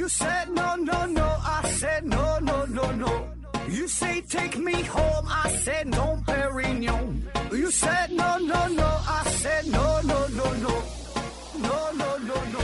You said no, no, no, I said no, no, no, no. You say take me home, I said no, Perignon. You said no, no, no, I said no, no, no, no. No, no, no, no.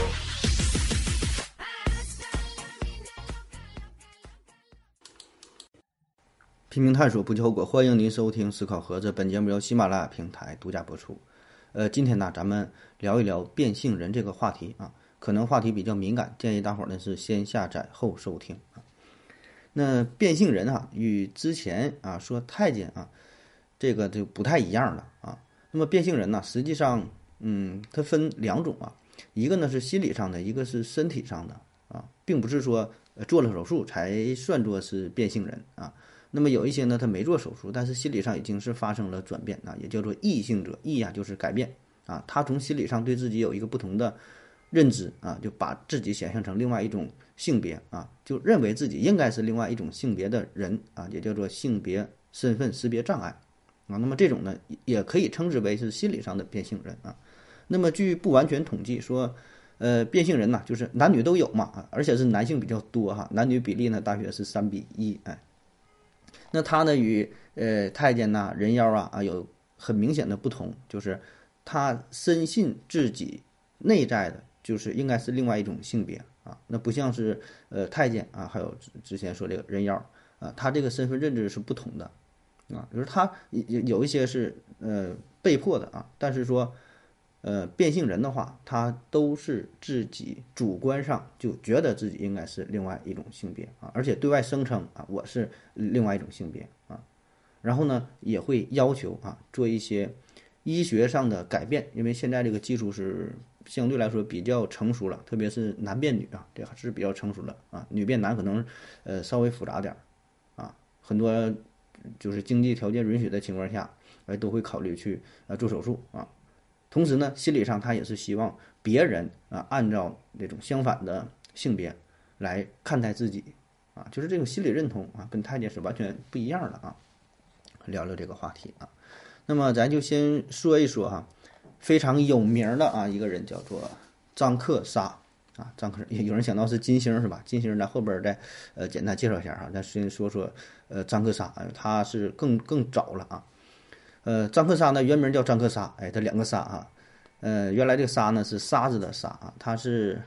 拼命探索不计后果，欢迎您收听思考盒子。本节目由喜马拉雅平台独家播出。今天呢，咱们聊一聊变性人这个话题啊，可能话题比较敏感，建议大伙儿呢是先下载后收听啊。那变性人啊，与之前啊说太监啊，这个就不太一样了啊。那么变性人呢，实际上它分两种啊，一个呢是心理上的，一个是身体上的啊，并不是说做了手术才算作是变性人啊。那么有一些呢，他没做手术，但是心理上已经是发生了转变啊，也叫做异性者。异啊，就是改变啊，他从心理上对自己有一个不同的认知啊，就把自己想象成另外一种性别啊，就认为自己应该是另外一种性别的人啊，也叫做性别身份识别障碍啊。那么这种呢，也可以称之为是心理上的变性人啊。那么据不完全统计说，变性人呢，就是男女都有嘛啊，而且是男性比较多哈，男女比例呢大约是3:1，哎。那他呢与太监呐、人妖啊有很明显的不同，就是他深信自己内在的就是应该是另外一种性别啊，那不像是太监啊，还有之前说这个人妖啊，他这个身份认知是不同的啊，就是他有一些是被迫的啊，但是说变性人的话，他都是自己主观上就觉得自己应该是另外一种性别啊，而且对外声称啊我是另外一种性别啊，然后呢也会要求啊做一些医学上的改变，因为现在这个技术是相对来说比较成熟了，特别是男变女啊，这还是比较成熟的啊，女变男可能稍微复杂点啊，很多就是经济条件允许的情况下，都会考虑去做手术啊。同时呢，心理上他也是希望别人啊按照这种相反的性别来看待自己啊，就是这种心理认同啊，跟太监是完全不一样的啊。聊聊这个话题啊，那么咱就先说一说哈，非常有名的啊一个人叫做张克沙啊，张克有人想到是金星是吧？金星在后边再简单介绍一下哈，咱先说说张克沙，他是更早了啊。张克沙呢，原名叫张克沙，哎，他两个沙啊，原来这个沙呢是沙子的沙啊，他是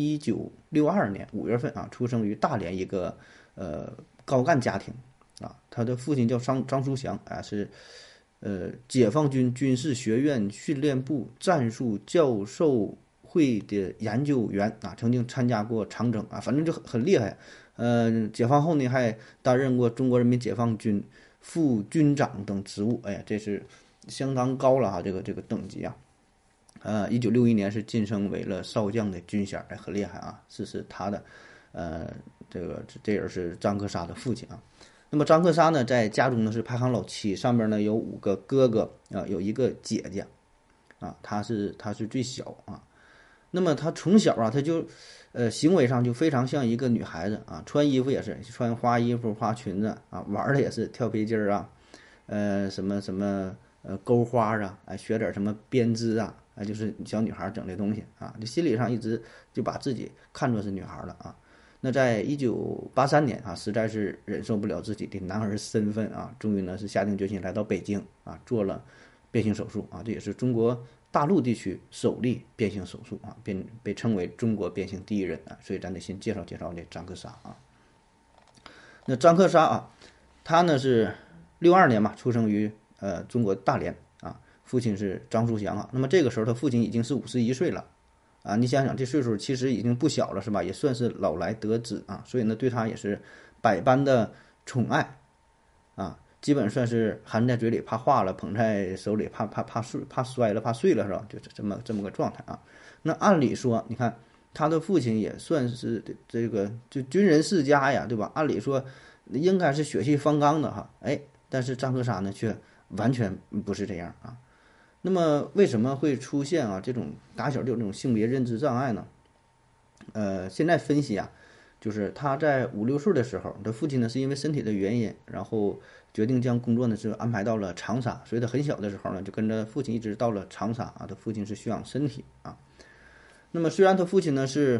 1962年5月份啊，出生于大连一个高干家庭啊，他的父亲叫张书祥啊，是解放军军事学院训练部战术教授会的研究员啊，曾经参加过长征啊，反正就很厉害。解放后呢，还担任过中国人民解放军副军长等职务，哎，这是相当高了哈，这个等级啊。1961年是晋升为了少将的军衔，哎，很厉害啊。是他的，这人是张克沙的父亲啊。那么张克沙呢，在家中呢是排行老7，上边呢有5个哥哥啊，有1个姐姐啊，他是最小啊。那么他从小啊，他就行为上就非常像一个女孩子啊，穿衣服也是穿花衣服、花裙子啊，玩的也是跳皮筋啊，什么钩花啊，哎，学点什么编织啊，哎，就是小女孩整这东西啊，就心理上一直就把自己看作是女孩了啊。那在1983年啊，实在是忍受不了自己的男儿身份啊，终于呢是下定决心来到北京啊，做了变性手术啊，这也是中国大陆地区首例变性手术啊，被称为中国变性第一人啊，所以咱得先介绍介绍这张克沙啊。那张克沙啊，他呢是62年嘛，出生于中国大连啊，父亲是张书祥啊。那么这个时候他父亲已经是51岁了啊，你想想这岁数其实已经不小了是吧？也算是老来得子啊，所以呢对他也是百般的宠爱啊。基本算是含在嘴里怕化了，捧在手里怕摔了，怕碎了，是吧？就是这么个状态啊。那按理说，你看他的父亲也算是这个就军人世家呀，对吧？按理说应该是血气方刚的哈，哎，但是张克沙呢却完全不是这样啊。那么为什么会出现啊这种打小就有这种性别认知障碍呢？现在分析啊，就是他在5、6岁的时候，他父亲呢是因为身体的原因，然后决定将工作呢是安排到了长沙，所以他很小的时候呢就跟着父亲一直到了长沙啊。他父亲是休养身体啊。那么虽然他父亲呢是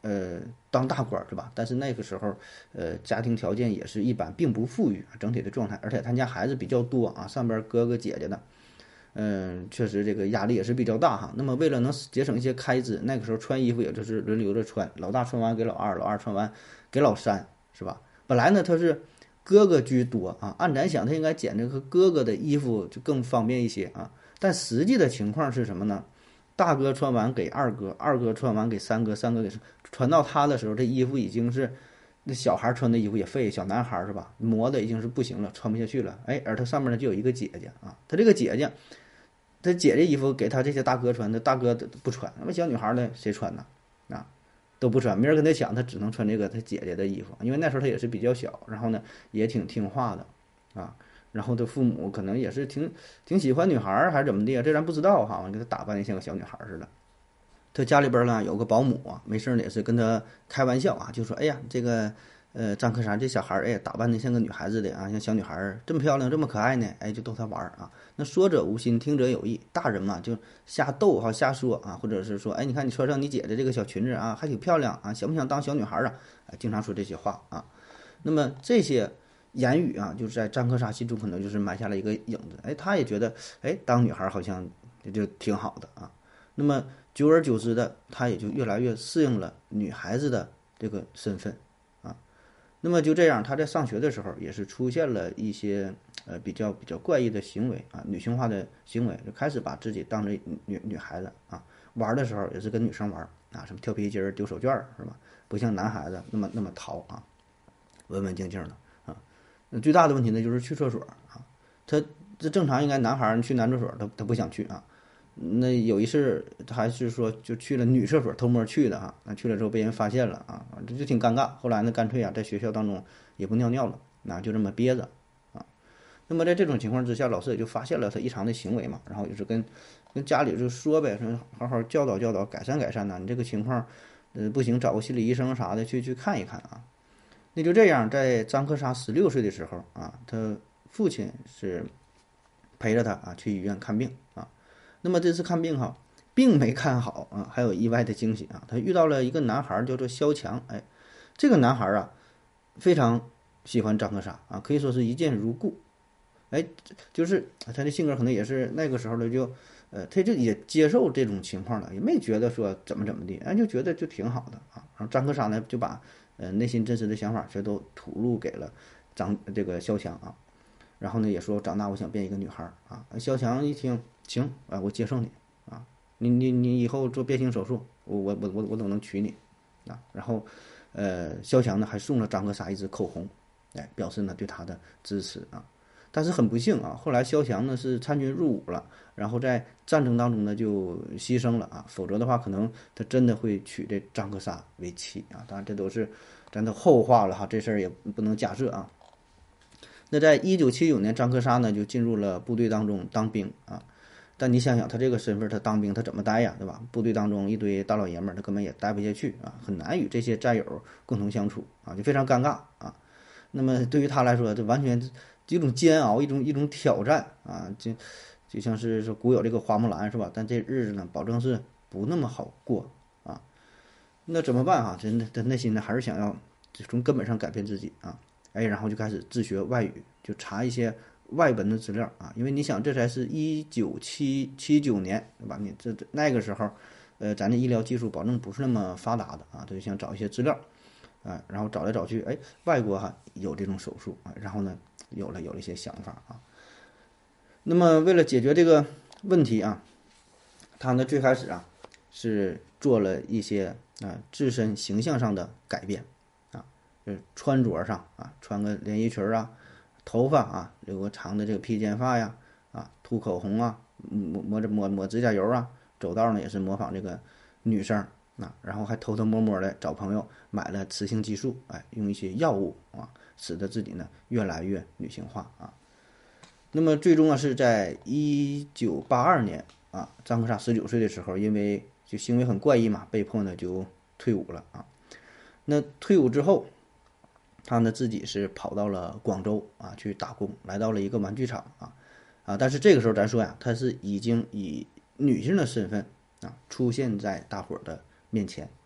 当大官是吧？但是那个时候家庭条件也是一般，并不富裕整体的状态，而且他家孩子比较多啊，上边哥哥姐姐的。确实这个压力也是比较大哈。那么为了能节省一些开支，那个时候穿衣服也就是轮流着穿，老大穿完给老二，老二穿完给老三，是吧？本来呢他是哥哥居多啊，按咱想他应该捡这个哥哥的衣服就更方便一些啊。但实际的情况是什么呢？大哥穿完给二哥，二哥穿完给三哥，三哥给传到他的时候，这衣服已经是那小孩穿的衣服也废，小男孩是吧？磨的已经是不行了，穿不下去了。哎，而他上面呢就有一个姐姐啊，他这个姐姐。他姐姐衣服给他这些大哥穿，他大哥不穿，那么小女孩呢谁穿呢？啊，都不穿，没人跟他抢，他只能穿这个他姐姐的衣服，因为那时候他也是比较小，然后呢也挺听话的啊，然后他父母可能也是挺喜欢女孩还是怎么的，这咱不知道哈，给他打扮的像个小女孩似的。他家里边呢有个保姆啊，没事呢也是跟他开玩笑啊，就说哎呀这个张克山这小孩儿哎打扮的像个女孩子的啊，像小女孩儿这么漂亮这么可爱呢，哎就逗他玩儿啊。那说者无心，听者有意，大人嘛就瞎逗哈瞎说啊，或者是说哎你看你穿上你姐的这个小裙子啊，还挺漂亮啊，想不想当小女孩儿啊？哎经常说这些话啊。那么这些言语啊，就是在张克沙心中可能就是埋下了一个影子，哎他也觉得哎当女孩儿好像就挺好的啊。那么久而久之的，他也就越来越适应了女孩子的这个身份啊。那么就这样，他在上学的时候也是出现了一些比较怪异的行为啊，女性化的行为，就开始把自己当成女孩子啊，玩的时候也是跟女生玩啊，什么跳皮筋儿、丢手绢儿是吧？不像男孩子那么淘啊，文文静静的啊。那最大的问题呢，就是去厕所啊，他这正常应该男孩儿去男厕所他不想去啊。那有一次，他还是说就去了女厕所偷摸去的啊，那去了之后被人发现了啊，这就挺尴尬。后来呢，干脆啊，在学校当中也不尿尿了，那就这么憋着啊。那么在这种情况之下，老师也就发现了他异常的行为嘛，然后也是跟家里就说呗，说好好教导教导，改善改善呐，你这个情况，不行，找个心理医生啥的去看一看啊。那就这样，在张克沙16岁的时候啊，他父亲是陪着他啊去医院看病啊。那么这次看病哈，并没看好啊，还有意外的惊喜啊，他遇到了一个男孩叫做萧强，哎，这个男孩啊非常喜欢张克沙啊，可以说是一见如故，哎，就是他的性格可能也是那个时候的就，他就也接受这种情况了，也没觉得说怎么地，哎，就觉得就挺好的啊。然后张克沙呢就把内心真实的想法全都吐露给了这个萧强啊，然后呢也说长大我想变一个女孩啊。萧强一听行啊，我接受你啊，你以后做变性手术，我都能娶你啊。然后萧强呢还送了张克沙一支口红，哎，表示呢对他的支持啊。但是很不幸啊，后来萧强呢是参军入伍了，然后在战争当中呢就牺牲了啊，否则的话可能他真的会娶这张克沙为妻啊。当然这都是咱都后话了哈，这事儿也不能假设啊。那在1979年，张克沙呢就进入了部队当中当兵啊。但你想想，他这个身份，他当兵他怎么待呀，对吧？部队当中一堆大老爷们儿，他根本也待不下去啊，很难与这些战友共同相处啊，就非常尴尬啊。那么对于他来说，这完全一种煎熬，一种挑战啊，就像是说古有这个花木兰是吧？但这日子呢，保证是不那么好过啊。那怎么办啊？真的，他内心呢还是想要从根本上改变自己啊。哎，然后就开始自学外语，就查一些外文的资料啊。因为你想，这才是1979年，对吧？你这那个时候，咱的医疗技术保证不是那么发达的啊。他就想找一些资料，啊，然后找来找去，哎，外国哈有这种手术啊，然后呢，有了一些想法啊。那么为了解决这个问题啊，他呢最开始啊是做了一些自身形象上的改变啊，就是穿着上啊，穿个连衣裙啊，头发啊留个长的这个披肩发呀，啊涂口红啊，抹指甲油啊，走道呢也是模仿这个女生啊，然后还偷偷摸摸的找朋友买了雌性激素，哎，用一些药物啊，使得自己呢越来越女性化啊。那么最终啊是在1982年啊，张克沙19岁的时候，因为就行为很怪异嘛，被迫呢就退伍了啊。那退伍之后，他呢自己是跑到了广州啊去打工，来到了一个玩具厂啊，但是这个时候咱说呀，他是已经以女性的身份啊出现在大伙儿的面前啊，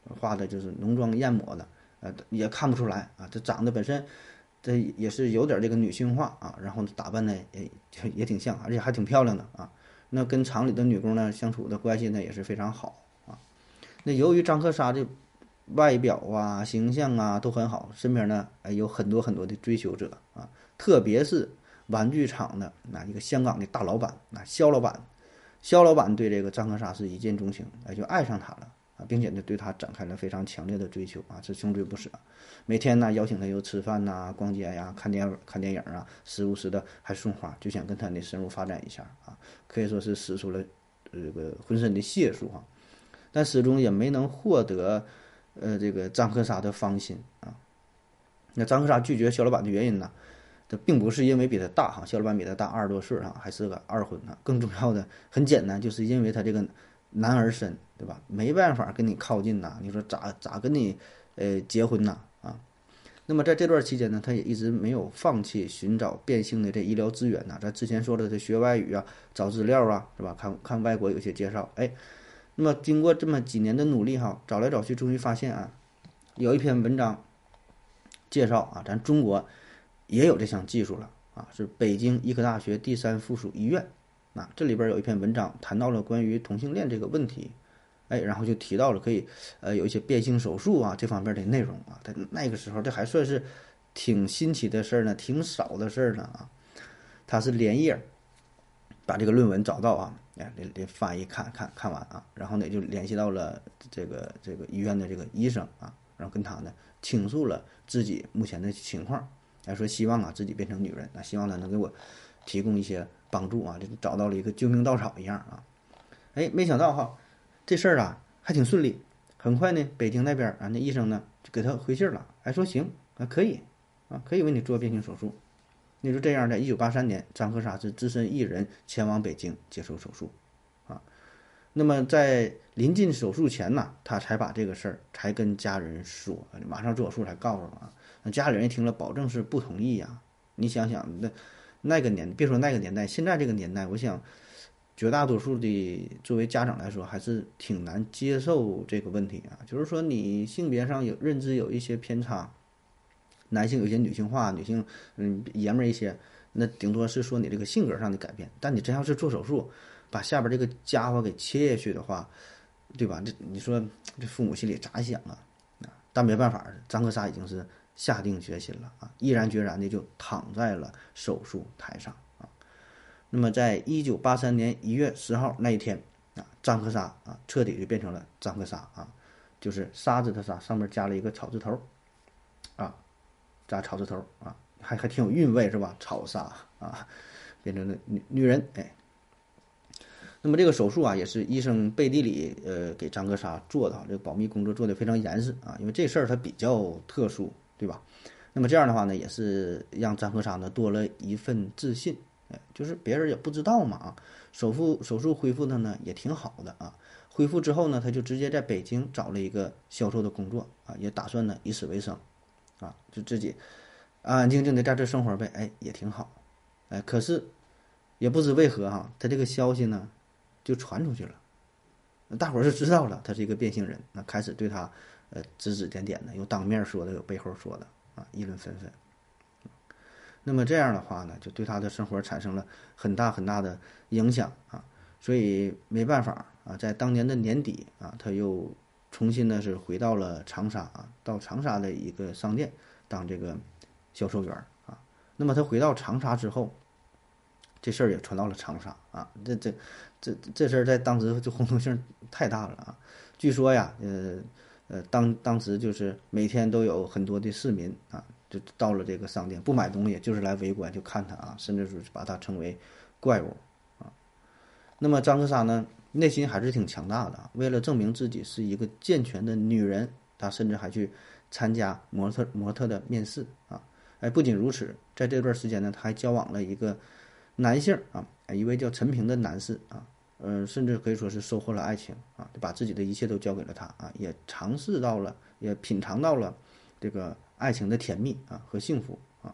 画的就是浓妆艳抹的，也看不出来啊，这长得本身这也是有点这个女性化啊，然后打扮呢也挺像，而且还挺漂亮的啊。那跟厂里的女工呢相处的关系呢也是非常好啊。那由于张克沙这外表啊、形象啊都很好，身边呢有很多很多的追求者啊，特别是玩具厂的一个香港的大老板肖老板对这个张克沙是一见钟情，就爱上他了啊，并且呢对他展开了非常强烈的追求啊，是穷追不舍。每天呢邀请他又吃饭呐、逛街呀、看电影啊，时不时的还送花，就想跟他呢深入发展一下啊，可以说是使出了这个浑身的解数啊，但始终也没能获得这个张克沙的芳心啊。那张克沙拒绝肖老板的原因呢？这并不是因为比他大哈，肖老板比他大20多岁哈，还是个二婚啊。更重要的很简单，就是因为他这个男儿身，对吧？没办法跟你靠近呐，你说咋跟你结婚呐啊？那么在这段期间呢，他也一直没有放弃寻找变性的这医疗资源呐。咱之前说的这学外语啊，找资料啊，是吧？看外国有些介绍，哎，那么经过这么几年的努力哈，找来找去，终于发现啊，有一篇文章介绍啊，咱中国也有这项技术了啊，是北京医科大学第3附属医院啊，这里边有一篇文章谈到了关于同性恋这个问题，哎，然后就提到了可以有一些变性手术啊这方面的内容啊，在那个时候这还算是挺新奇的事儿呢，挺少的事儿呢啊，他是连夜把这个论文找到啊，连翻译看完啊，然后呢就联系到了这个医院的这个医生啊，然后跟他呢倾诉了自己目前的情况，还说希望啊自己变成女人，希望呢能给我提供一些帮助啊，就找到了一个救命稻草一样啊。哎，没想到哈，这事儿啊还挺顺利，很快呢，北京那边啊那医生呢就给他回信了，还说行啊可以啊可以为你做变性手术。那就这样，在1983年，张克沙是只身一人前往北京接受手术啊。那么在临近手术前呢，他才把这个事儿才跟家人说，马上做手术才告诉啊。那家里人一听了，保证是不同意呀。你想想，那个年，别说那个年代，现在这个年代，我想绝大多数的作为家长来说，还是挺难接受这个问题啊。就是说，你性别上有认知有一些偏差，男性有些女性化，女性爷们儿一些，那顶多是说你这个性格上的改变。但你真要是做手术，把下边这个家伙给切下去的话，对吧？这你说这父母心里咋想啊？但没办法，张克沙已经是下定决心了啊，毅然决然的就躺在了手术台上啊。那么在1983年1月10号那一天啊，张克沙啊彻底就变成了张克沙啊，就是沙子的沙，上面加了一个草字头啊。扎草字头啊，还挺有韵味是吧？草纱啊，变成了女人哎。那么这个手术啊，也是医生背地里给张克沙做的，这个保密工作做得非常严实啊，因为这事儿它比较特殊，对吧？那么这样的话呢，也是让张克沙呢多了一份自信，就是别人也不知道嘛啊。手术恢复的呢也挺好的啊，恢复之后呢，他就直接在北京找了一个销售的工作啊，也打算呢以此为生。啊，就自己安安静静的在这生活呗，哎，也挺好，哎，可是也不知为何哈，他这个消息呢就传出去了，大伙儿就知道了他是一个变性人，那开始对他指指点点的，有当面说的，有背后说的啊，议论纷纷。那么这样的话呢，就对他的生活产生了很大很大的影响啊，所以没办法啊，在当年的年底啊，他又重新呢是回到了长沙啊，到长沙的一个商店当这个销售员啊。那么他回到长沙之后，这事儿也传到了长沙啊，这事儿在当时就轰动性太大了啊。据说呀，当时就是每天都有很多的市民啊，就到了这个商店不买东西，就是来围观就看他啊，甚至是把他称为怪物啊。那么张克沙呢？内心还是挺强大的，为了证明自己是一个健全的女人，她甚至还去参加模特的面试啊！哎，不仅如此，在这段时间呢，她还交往了一个男性啊，一位叫陈平的男士啊，甚至可以说是收获了爱情啊，就把自己的一切都交给了他啊，也尝试到了，也品尝到了这个爱情的甜蜜啊和幸福啊。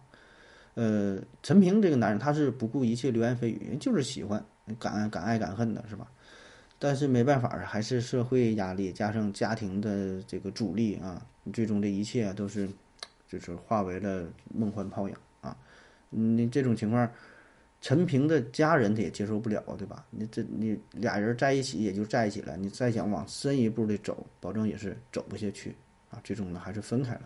陈平这个男人他是不顾一切流言蜚语，就是喜欢敢爱敢恨的是吧？ 但是没办法啊，还是社会压力加上家庭的这个阻力啊，最终这一切都是就是化为了梦幻泡影啊。你这种情况，陈平的家人他也接受不了，对吧？你俩人在一起也就在一起了，你再想往深一步的走，保证也是走不下去啊。最终呢，还是分开了。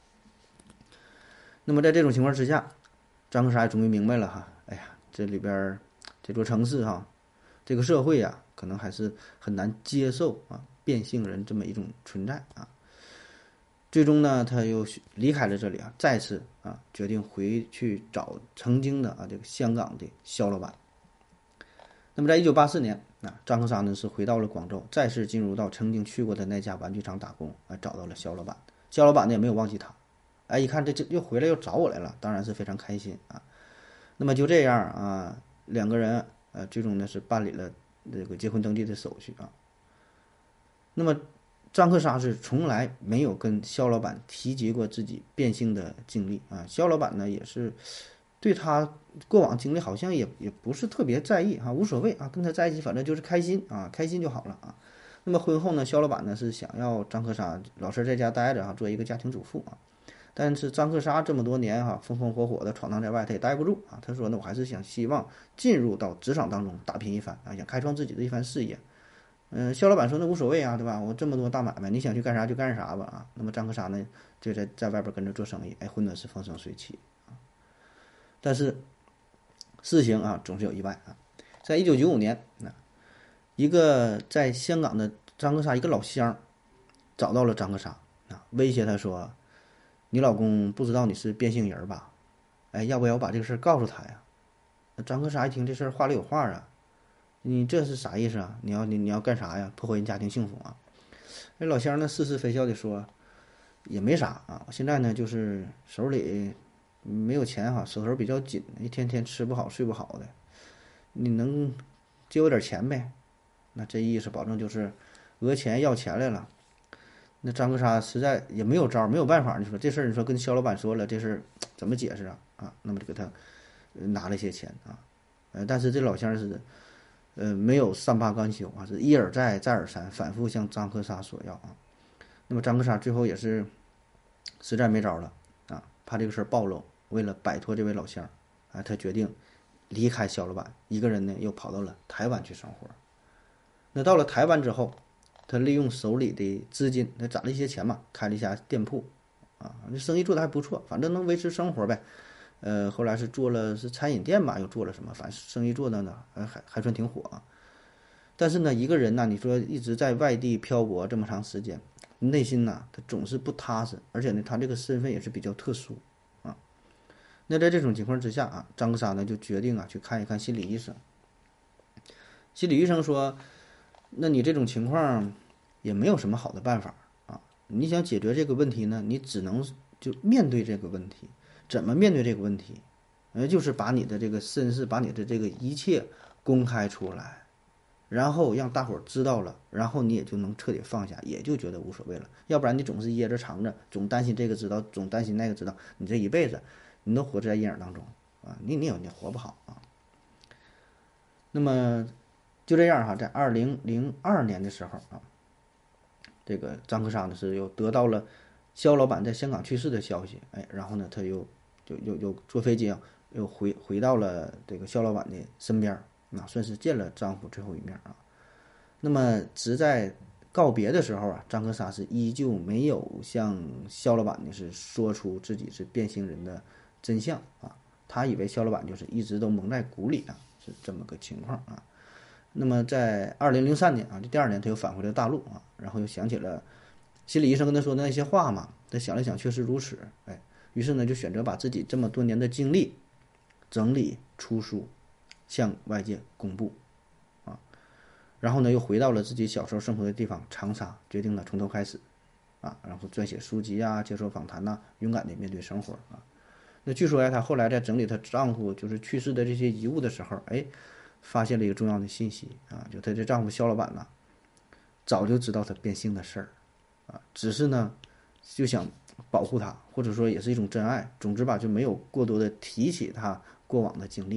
那么在这种情况之下，张克沙也终于明白了哈，哎呀，这里边这座城市哈，这个社会呀，可能还是很难接受啊变性人这么一种存在啊。最终呢，他又离开了这里啊，再次啊决定回去找曾经的这个香港的肖老板。那么在1984年啊，张克沙呢是回到了广州，再次进入到曾经去过的那家玩具厂打工啊，找到了肖老板。肖老板呢也没有忘记他，哎，一看这又回来又找我来了，当然是非常开心啊。那么就这样啊，两个人最终呢是办理了这个结婚登记的手续啊。那么张克沙是从来没有跟肖老板提及过自己变性的经历啊。肖老板呢也是对他过往经历好像也不是特别在意啊，无所谓啊，跟他在一起反正就是开心啊，开心就好了啊。那么婚后呢，肖老板呢是想要张克沙老实在家待着啊，做一个家庭主妇啊。但是张克沙这么多年哈，风风火火的闯荡在外，他也待不住啊。他说呢，我还是希望进入到职场当中打拼一番啊，想开创自己的一番事业。肖老板说那无所谓啊，对吧？我这么多大买卖，你想去干啥就干啥吧啊。那么张克沙呢，就在外边跟着做生意，哎，混的是风生水起啊。但是事情啊总是有意外啊。在1995年，一个在香港的张克沙一个老乡找到了张克沙啊，威胁他说：“你老公不知道你是变性人吧？哎，要不要我把这个事儿告诉他呀？”那张克沙一听这事儿话里有话啊，你这是啥意思啊？你要干啥呀？破坏人家庭幸福啊？那老乡呢似是非笑的说，也没啥啊，我现在呢就是手里没有钱哈，手头比较紧，一天天吃不好睡不好的，你能借我点钱呗？那这意思保证就是讹钱要钱来了。那张克沙实在也没有招没有办法，你说这事儿，你说跟肖老板说了，这事儿怎么解释啊？啊，那么就给他拿了一些钱啊，但是这老乡是没有善罢甘休啊，是一而再再而三反复向张克沙索要啊。那么张克沙最后也是实在没招了啊，怕这个事儿暴露，为了摆脱这位老乡啊，他决定离开肖老板，一个人呢又跑到了台湾去生活。那到了台湾之后，他利用手里的资金，他攒了一些钱嘛，开了一家店铺啊，这生意做得还不错，反正能维持生活呗。后来是做了是餐饮店吧，又做了什么，反正生意做的呢，还算挺火啊。但是呢，一个人呢，你说一直在外地漂泊这么长时间，内心呢，他总是不踏实，而且呢，他这个身份也是比较特殊啊。那在这种情况之下啊，张克沙呢就决定啊去看一看心理医生。心理医生说，那你这种情况也没有什么好的办法啊。你想解决这个问题呢，你只能就面对这个问题。怎么面对这个问题？就是把你的这个身世，把你的这个一切公开出来，然后让大伙儿知道了，然后你也就能彻底放下，也就觉得无所谓了。要不然你总是掖着藏着，总担心这个知道，总担心那个知道，你这一辈子你都活在阴影当中啊，你活不好啊。那么就这样哈，在2002年的时候啊，这个张克沙呢是又得到了肖老板在香港去世的消息，哎，然后呢他又坐飞机啊，又回到了这个肖老板的身边，那算是见了丈夫最后一面啊。那么只在告别的时候啊，张克沙是依旧没有向肖老板呢是说出自己是变性人的真相啊，他以为肖老板就是一直都蒙在鼓里啊，是这么个情况啊。那么在2003年啊，这第二年他又返回了大陆啊，然后又想起了心理医生跟他说的那些话嘛，他想了想，确实如此，哎，于是呢就选择把自己这么多年的经历整理出书，向外界公布啊，然后呢又回到了自己小时候生活的地方长沙，决定了从头开始啊，然后撰写书籍啊，接受访谈呐，勇敢的面对生活啊。那据说呀，她后来在整理她丈夫就是去世的这些遗物的时候，哎，发现了一个重要的信息啊，就她这丈夫肖老板呢，早就知道她变性的事儿啊，只是呢就想保护她，或者说也是一种真爱。总之吧，就没有过多的提起她过往的经历嘛。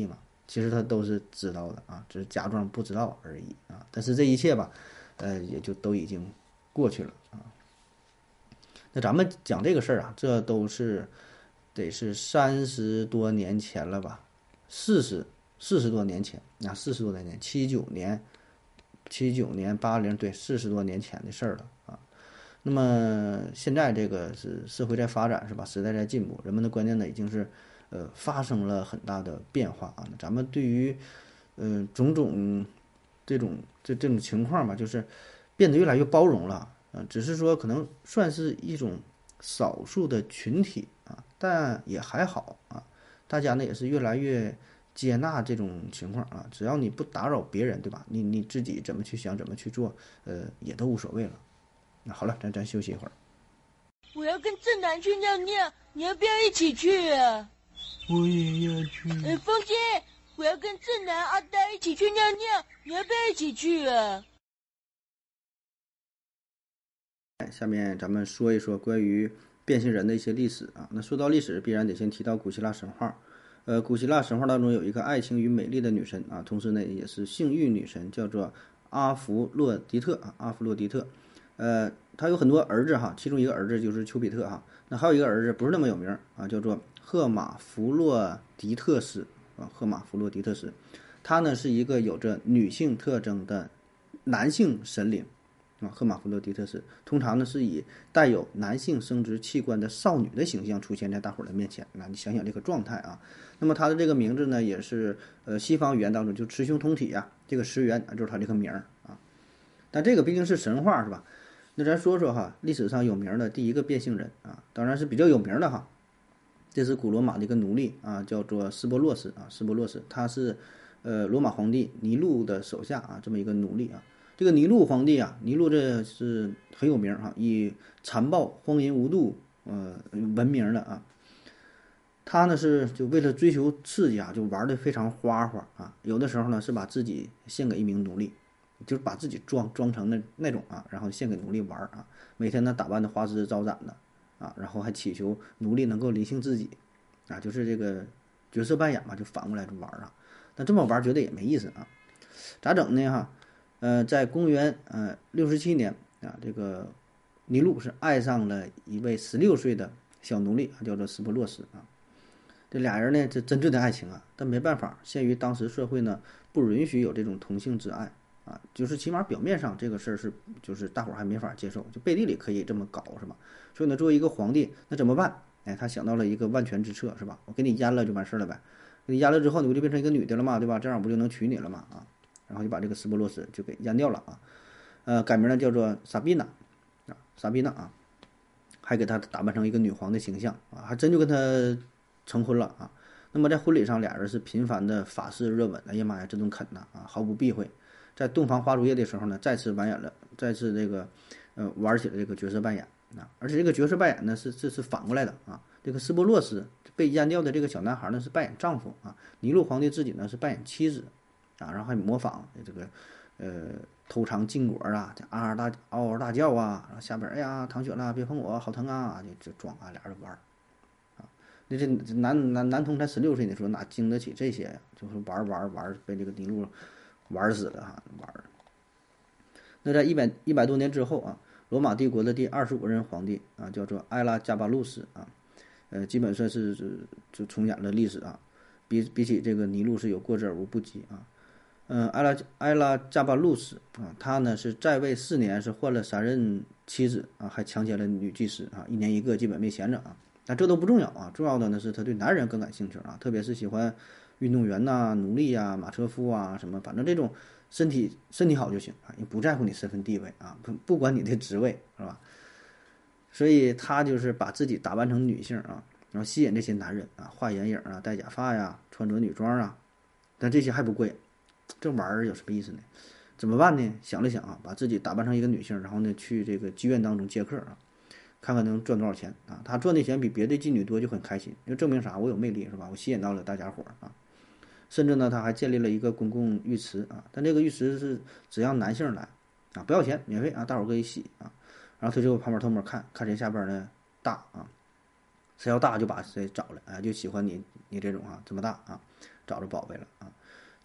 其实他都是知道的啊，只是假装不知道而已啊。但是这一切吧，也就都已经过去了啊。那咱们讲这个事儿啊，这都是得是30多年前了吧，40多年前啊，40多年前，79年80对40多年前的事儿了啊。那么现在这个是社会在发展是吧？时代在进步，人们的观念呢已经是发生了很大的变化啊。咱们对于种种这种情况吧，就是变得越来越包容了。只是说可能算是一种少数的群体啊，但也还好啊。大家呢也是越来越接纳这种情况啊，只要你不打扰别人，对吧？你自己怎么去想，怎么去做，也都无所谓了。那好了，咱休息一会儿。 我要跟正南去尿尿，你要不要一起去啊？ 我也要去。 风姐，我要跟正南、阿呆一起去尿尿，你要不要一起去啊？ 下面咱们说一说关于变性人的一些历史啊。那说到历史，必然得先提到古希腊神话。古希腊神话当中有一个爱情与美丽的女神啊，同时呢也是性欲女神，叫做阿弗洛狄特啊。阿弗洛狄特，她有很多儿子哈，其中一个儿子就是丘比特哈。那还有一个儿子不是那么有名啊，叫做赫马弗洛狄特斯啊。赫马弗洛狄特斯，他呢是一个有着女性特征的男性神灵。赫马弗洛狄特斯通常呢是以带有男性生殖器官的少女的形象出现在大伙儿的面前。那你想想这个状态啊，那么他的这个名字呢也是西方语言当中就雌雄同体呀，这个石原就是他这个名儿啊。但这个毕竟是神话是吧？那咱说说哈，历史上有名的第一个变性人啊，当然是比较有名的哈。这是古罗马的一个奴隶啊，叫做斯波洛斯啊。斯波洛斯他是罗马皇帝尼禄的手下啊，这么一个奴隶啊。这个尼禄皇帝啊，尼禄这是很有名哈，以残暴、荒淫无度闻名的啊。他呢是就为了追求刺激啊，就玩的非常花花啊。有的时候呢是把自己献给一名奴隶，就是把自己装成那种啊，然后献给奴隶玩啊。每天呢打扮的花枝招展的啊，然后还祈求奴隶能够临幸自己啊，就是这个角色扮演嘛，就反过来就玩啊。但这么玩觉得也没意思啊，咋整呢哈？在公元67年啊，这个尼禄是爱上了一位16岁的小奴隶，叫做斯波洛斯啊。这俩人呢，这真挚的爱情啊，但没办法，限于当时社会呢，不允许有这种同性之爱啊，就是起码表面上这个事儿是，就是大伙儿还没法接受，就背地里可以这么搞是吧？所以呢，作为一个皇帝，那怎么办？哎，他想到了一个万全之策是吧？我给你阉了就完事儿了呗，给你阉了之后，你不就变成一个女的了嘛，对吧？这样我不就能娶你了嘛啊？然后就把这个斯波洛斯就给阉掉了啊，改名呢叫做萨宾娜啊，萨宾娜啊，还给他打扮成一个女皇的形象啊，还真就跟他成婚了啊。那么在婚礼上，俩人是频繁的法式热吻，哎呀妈呀，这顿啃呐啊，毫不避讳。在洞房花烛夜的时候呢，再次这个玩起了这个角色扮演啊，而且这个角色扮演呢是反过来的啊，这个斯波洛斯被阉掉的这个小男孩呢是扮演丈夫啊，尼禄皇帝自己呢是扮演妻子。啊，然后还模仿这个，偷尝禁果啊，嗷嗷大叫啊，然后下边哎呀淌血了，别碰我，好疼啊，就装啊，俩人玩儿，啊，那这男童才16岁，你说哪经得起这些呀？就是玩，被这个尼禄玩死了哈，玩。那在100多年之后啊，罗马帝国的第25任皇帝啊，叫做埃拉加巴路斯啊，基本算是就重演了历史啊，比起这个尼禄是有过之而无不及啊。埃拉加巴路斯啊，他呢是在位4年，是换了3任妻子啊，还强奸了女祭司啊，1年1个，基本没闲着啊。但这都不重要啊，重要的呢是他对男人更感兴趣啊，特别是喜欢运动员呐、奴隶呀、马车夫啊什么，反正这种身体好就行啊，也不在乎你身份地位啊，不管你的职位是吧？所以他就是把自己打扮成女性啊，然后吸引这些男人啊，画眼影啊，戴假发呀，穿着女装啊，但这些还不贵。这玩意儿有什么意思呢？怎么办呢？想了想啊，把自己打扮成一个女性，然后呢去这个妓院当中接客啊，看看能赚多少钱啊。他赚的钱比别的妓女多，就很开心，就证明啥？我有魅力是吧？我吸引到了大家伙啊。甚至呢，他还建立了一个公共浴池啊，但这个浴池是只让男性来啊，不要钱，免费啊，大伙儿可以洗啊。然后他就旁边偷摸看谁下边呢大啊，谁要大就把谁找来，哎，就喜欢你这种啊这么大啊，找着宝贝了啊。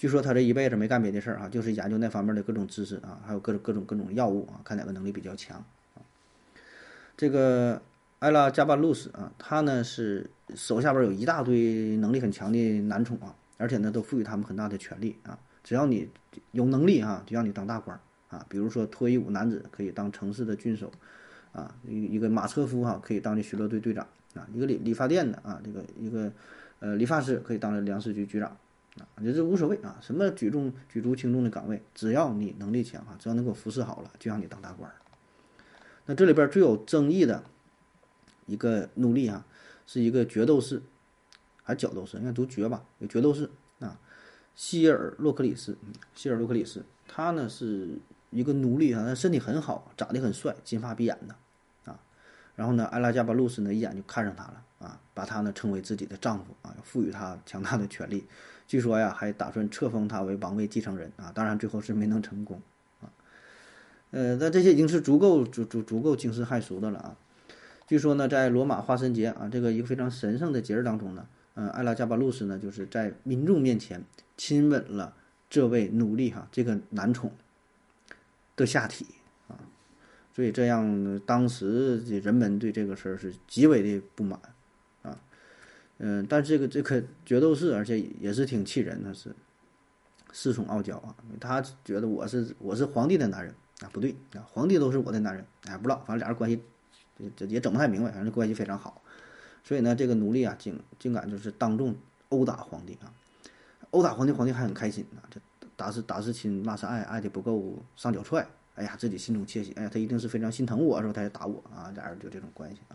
据说他这一辈子没干别的事儿就是研究那方面的各种知识还有各种药物看哪个能力比较强这个埃拉加巴路斯他呢是手下边有一大堆能力很强的男宠而且呢都赋予他们很大的权利只要你有能力就让你当大官比如说脱衣舞男子可以当城市的郡守一个马车夫可以当这巡逻队队长一个理发店的一个理发师可以当这粮食局局长这无所谓什么举足轻重的岗位，只要你能力强只要能够服侍好了，就让你当大官。那这里边最有争议的一个奴隶是一个角斗士，还是角斗士？应该读角吧？有角斗士希尔洛克里斯，他呢是一个奴隶他身体很好，长得很帅，金发碧眼的然后呢，埃拉加巴路斯呢一眼就看上他了把他呢称为自己的丈夫赋予他强大的权力。据说还打算册封他为王位继承人当然最后是没能成功但这些已经是足够惊世骇俗的了据说呢，在罗马化神节这个一个非常神圣的节日当中呢，埃拉加巴路斯呢就是在民众面前亲吻了这位奴隶这个男宠的下体所以这样当时的人们对这个事儿是极为的不满但是这个角斗士，而且也是挺气人的，是恃宠傲娇他觉得我是皇帝的男人不对皇帝都是我的男人不知道，反正俩人关系这也整不太明白，反正关系非常好。所以呢，这个奴隶竟敢就是当众殴打皇帝殴打皇帝，皇帝还很开心这打是亲，骂是爱，爱的不够上脚踹。哎呀，自己心中窃喜，哎呀，他一定是非常心疼我，说他也打我俩人就这种关系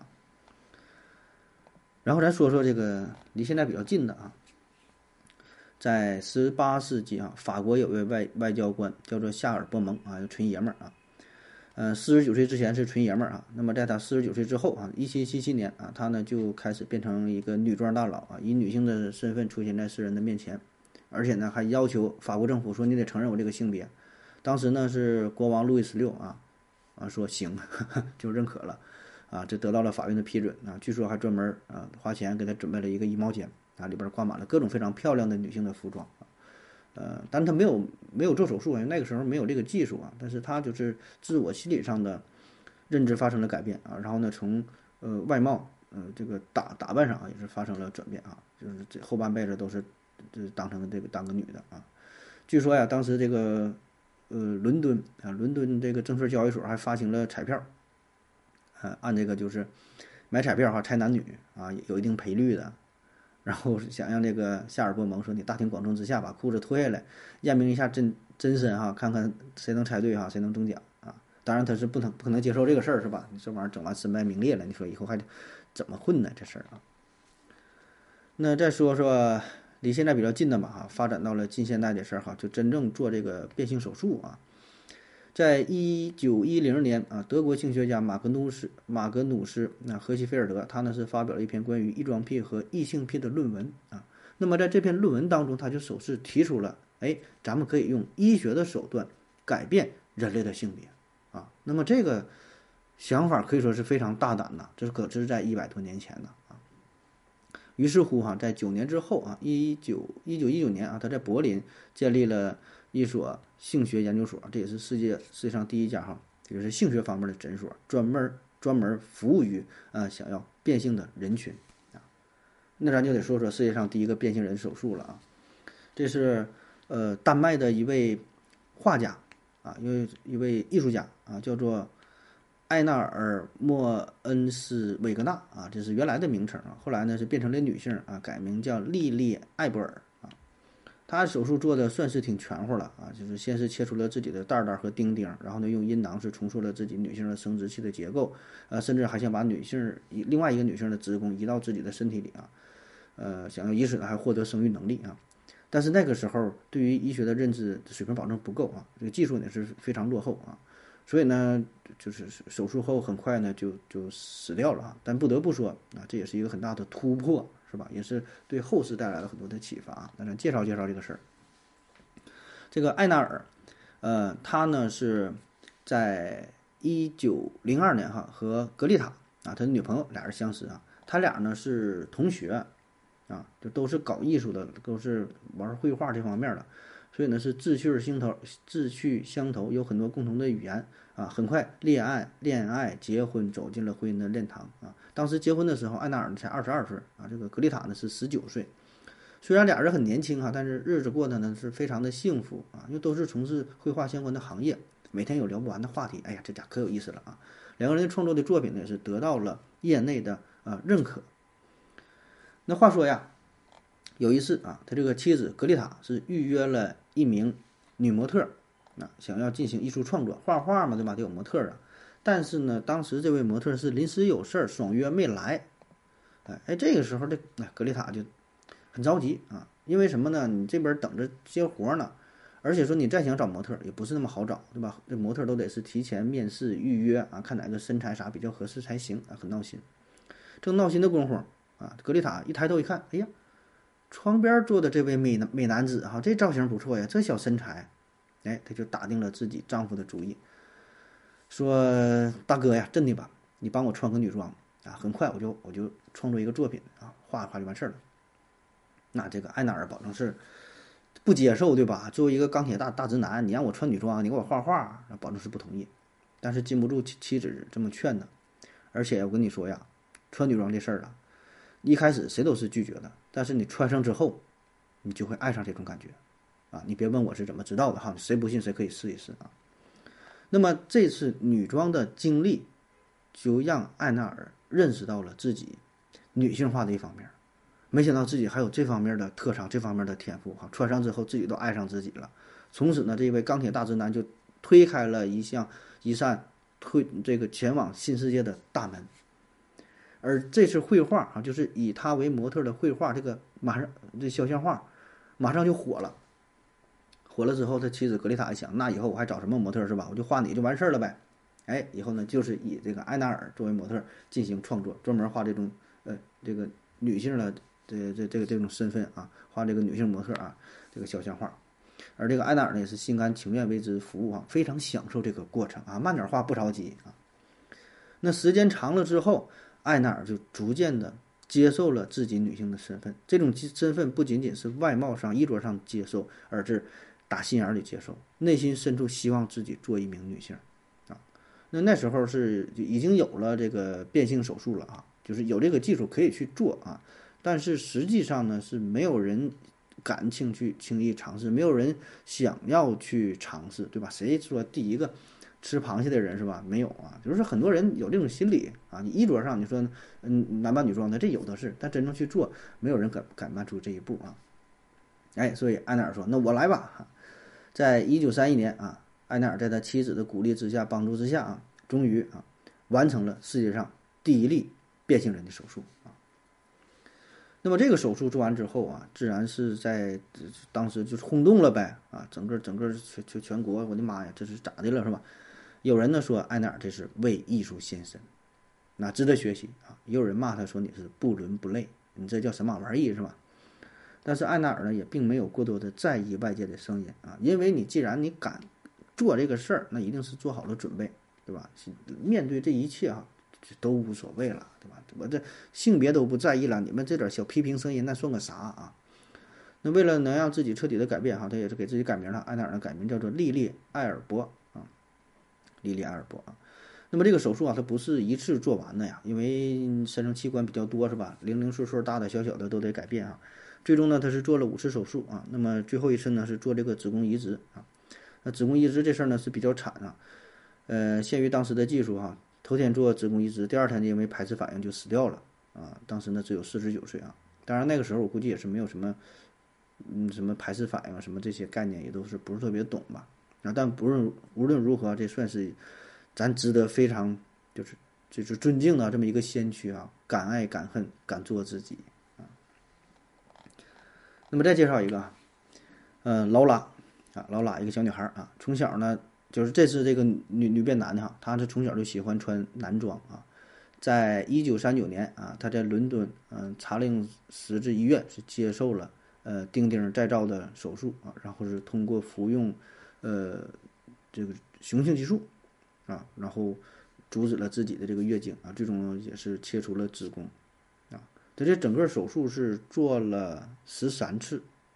然后咱说说这个离现在比较近的在18世纪法国有一位外交官叫做夏尔波蒙纯爷们儿49岁之前是纯爷们儿那么在他49岁之后1777年他呢就开始变成一个女装大佬以女性的身份出现在世人的面前，而且呢还要求法国政府说你得承认我这个性别。当时呢是国王路易16说行就认可了这得到了法院的批准据说还专门花钱给他准备了一个衣帽间里边挂满了各种非常漂亮的女性的服装但他没有做手术那个时候没有这个技术但是他就是自我心理上的认知发生了改变然后呢从外貌这个打扮上也是发生了转变就是这后半辈子都是当成这个当个女的据说当时这个伦敦这个证券交易所还发行了彩票按这个就是买彩票猜男女有一定赔率的，然后想让这个夏尔波蒙说你大庭广众之下把裤子脱下来验明一下真身看看谁能猜对谁能中奖当然他是不可能接受这个事儿是吧？你这玩意儿整完身败名裂了，你说以后还怎么混呢这事儿那再说说离现在比较近的吧发展到了近现代的事儿就真正做这个变性手术在1910年德国性学家马格努斯荷西菲尔德他呢是发表了一篇关于异装癖和异性癖的论文那么在这篇论文当中他就首次提出了咱们可以用医学的手段改变人类的性别那么这个想法可以说是非常大胆的，这是在100多年前的于是乎在9年之后1919年他在柏林建立了一所性学研究所，这也是世界上第一家就是性学方面的诊所，专门服务于想要变性的人群那咱就得说说世界上第一个变性人手术了这是丹麦的一位画家一位艺术家叫做艾纳尔莫恩斯韦格纳这是原来的名称后来呢是变成了女性改名叫莉莉艾伯尔他手术做的算是挺全乎了就是先是切除了自己的蛋和丁丁，然后呢用阴囊是重塑了自己女性的生殖器的结构甚至还想把另外一个女性的子宫移到自己的身体里想要以此还获得生育能力但是那个时候对于医学的认知水平保证不够这个技术也是非常落后所以呢就是手术后很快呢就死掉了但不得不说这也是一个很大的突破是吧？也是对后世带来了很多的启发那咱介绍这个事儿。这个艾纳尔他呢是在1902年和格丽塔他的女朋友俩人相识他俩呢是同学就都是搞艺术的，都是玩绘画这方面的。 所以呢是志趣相投，有很多共同的语言啊。很快恋爱结婚，走进了婚姻的殿堂啊。当时结婚的时候，艾纳尔才22岁啊，这个格丽塔呢是19岁。虽然俩人很年轻哈，但是日子过得呢是非常的幸福啊，因为都是从事绘画相关的行业，每天有聊不完的话题。哎呀，这家可有意思了啊！两个人创作的作品呢也是得到了业内的认可。那话说呀，有一次啊，他这个妻子格丽塔是预约了一名女模特啊，想要进行艺术创作，画画嘛，对吧？得有模特啊。但是呢，当时这位模特是临时有事儿，爽约没来。这个时候格丽塔就很着急啊，因为什么呢？你这边等着接活呢，而且说你再想找模特也不是那么好找，对吧？这模特都得是提前面试预约啊，看哪个身材啥比较合适才行啊，很闹心。正闹心的功夫啊，格丽塔一抬头一看，哎呀，窗边坐的这位美男子哈，这造型不错呀，这小身材，哎，他就打定了自己丈夫的主意，说大哥呀，真的吧，你帮我穿个女装啊，很快我就创作一个作品啊，画就完事儿了。那这个艾纳尔保证是不接受，对吧？作为一个钢铁大直男，你让我穿女装，你给我画画，保证是不同意。但是禁不住妻子这么劝的，而且我跟你说呀，穿女装这事儿啊，一开始谁都是拒绝的，但是你穿上之后，你就会爱上这种感觉啊！你别问我是怎么知道的哈，谁不信谁可以试一试啊。那么这次女装的经历，就让艾纳尔认识到了自己女性化的一方面。没想到自己还有这方面的特长，这方面的天赋哈！穿上之后，自己都爱上自己了。从此呢，这位钢铁大直男就推开了一扇这个前往新世界的大门。而这次绘画啊，就是以他为模特的绘画，这个马上这肖像画马上就火了。火了之后，他妻子格丽塔一想，那以后我还找什么模特是吧？我就画你就完事儿了呗。哎，以后呢，就是以这个艾纳尔作为模特进行创作，专门画这种这个女性的。这种身份啊，画这个女性模特啊，这个肖像画，而这个艾纳尔呢也是心甘情愿为之服务啊，非常享受这个过程啊，慢点画不着急啊。那时间长了之后，艾纳尔就逐渐的接受了自己女性的身份，这种身份不仅仅是外貌上、衣着上接受，而是打心眼里接受，内心深处希望自己做一名女性啊。那时候是已经有了这个变性手术了啊，就是有这个技术可以去做啊。但是实际上呢，是没有人敢轻易尝试，没有人想要去尝试，对吧？谁说第一个吃螃蟹的人是吧？没有啊，就是很多人有这种心理啊。你衣着上你说男扮女装的，这有的是，但真正去做，没有人敢迈出这一步啊。哎，所以艾纳尔说：“那我来吧。”在1931年啊，艾纳尔在他妻子的鼓励之下、帮助之下啊，终于啊完成了世界上第一例变性人的手术啊。那么这个手术做完之后啊，自然是在当时就是轰动了呗啊，整个全国，我的妈呀，这是咋的了是吧？有人呢说艾纳尔这是为艺术献身，那值得学习啊。也有人骂他说你是不伦不类，你这叫什么玩意是吧？但是艾纳尔呢也并没有过多的在意外界的声音啊，因为你既然你敢做这个事儿，那一定是做好了准备，对吧？面对这一切啊，都无所谓了，对吧？我这性别都不在意了，你们这点小批评声音那算个啥啊？那为了能让自己彻底的改变哈，他也是给自己改名了，艾纳尔的改名叫做莉莉埃尔伯啊，莉莉埃尔伯啊。那么这个手术啊，它不是一次做完的呀，因为身上器官比较多是吧？零零碎碎大大小小的都得改变啊。最终呢，他是做了5次手术啊。那么最后一次呢是做这个子宫移植啊。那子宫移植这事儿呢是比较惨啊，限于当时的技术哈。头天做子宫移植，第2天因为排斥反应就死掉了啊！当时呢只有49岁啊。当然那个时候我估计也是没有什么，什么排斥反应啊，什么这些概念也都是不是特别懂吧？啊，但无论如何，这算是咱值得非常就是尊敬的这么一个先驱啊，敢爱敢恨，敢做自己啊。那么再介绍一个，劳拉啊，劳拉一个小女孩啊，从小呢。就是这次这个女变男的哈，她是从小就喜欢穿男装啊。在1939年啊，她在伦敦查令十字医院是接受了钉钉再造的手术啊，然后是通过服用这个雄性激素啊，然后阻止了自己的这个月经啊，最终也是切除了子宫啊。她这整个手术是做了13次，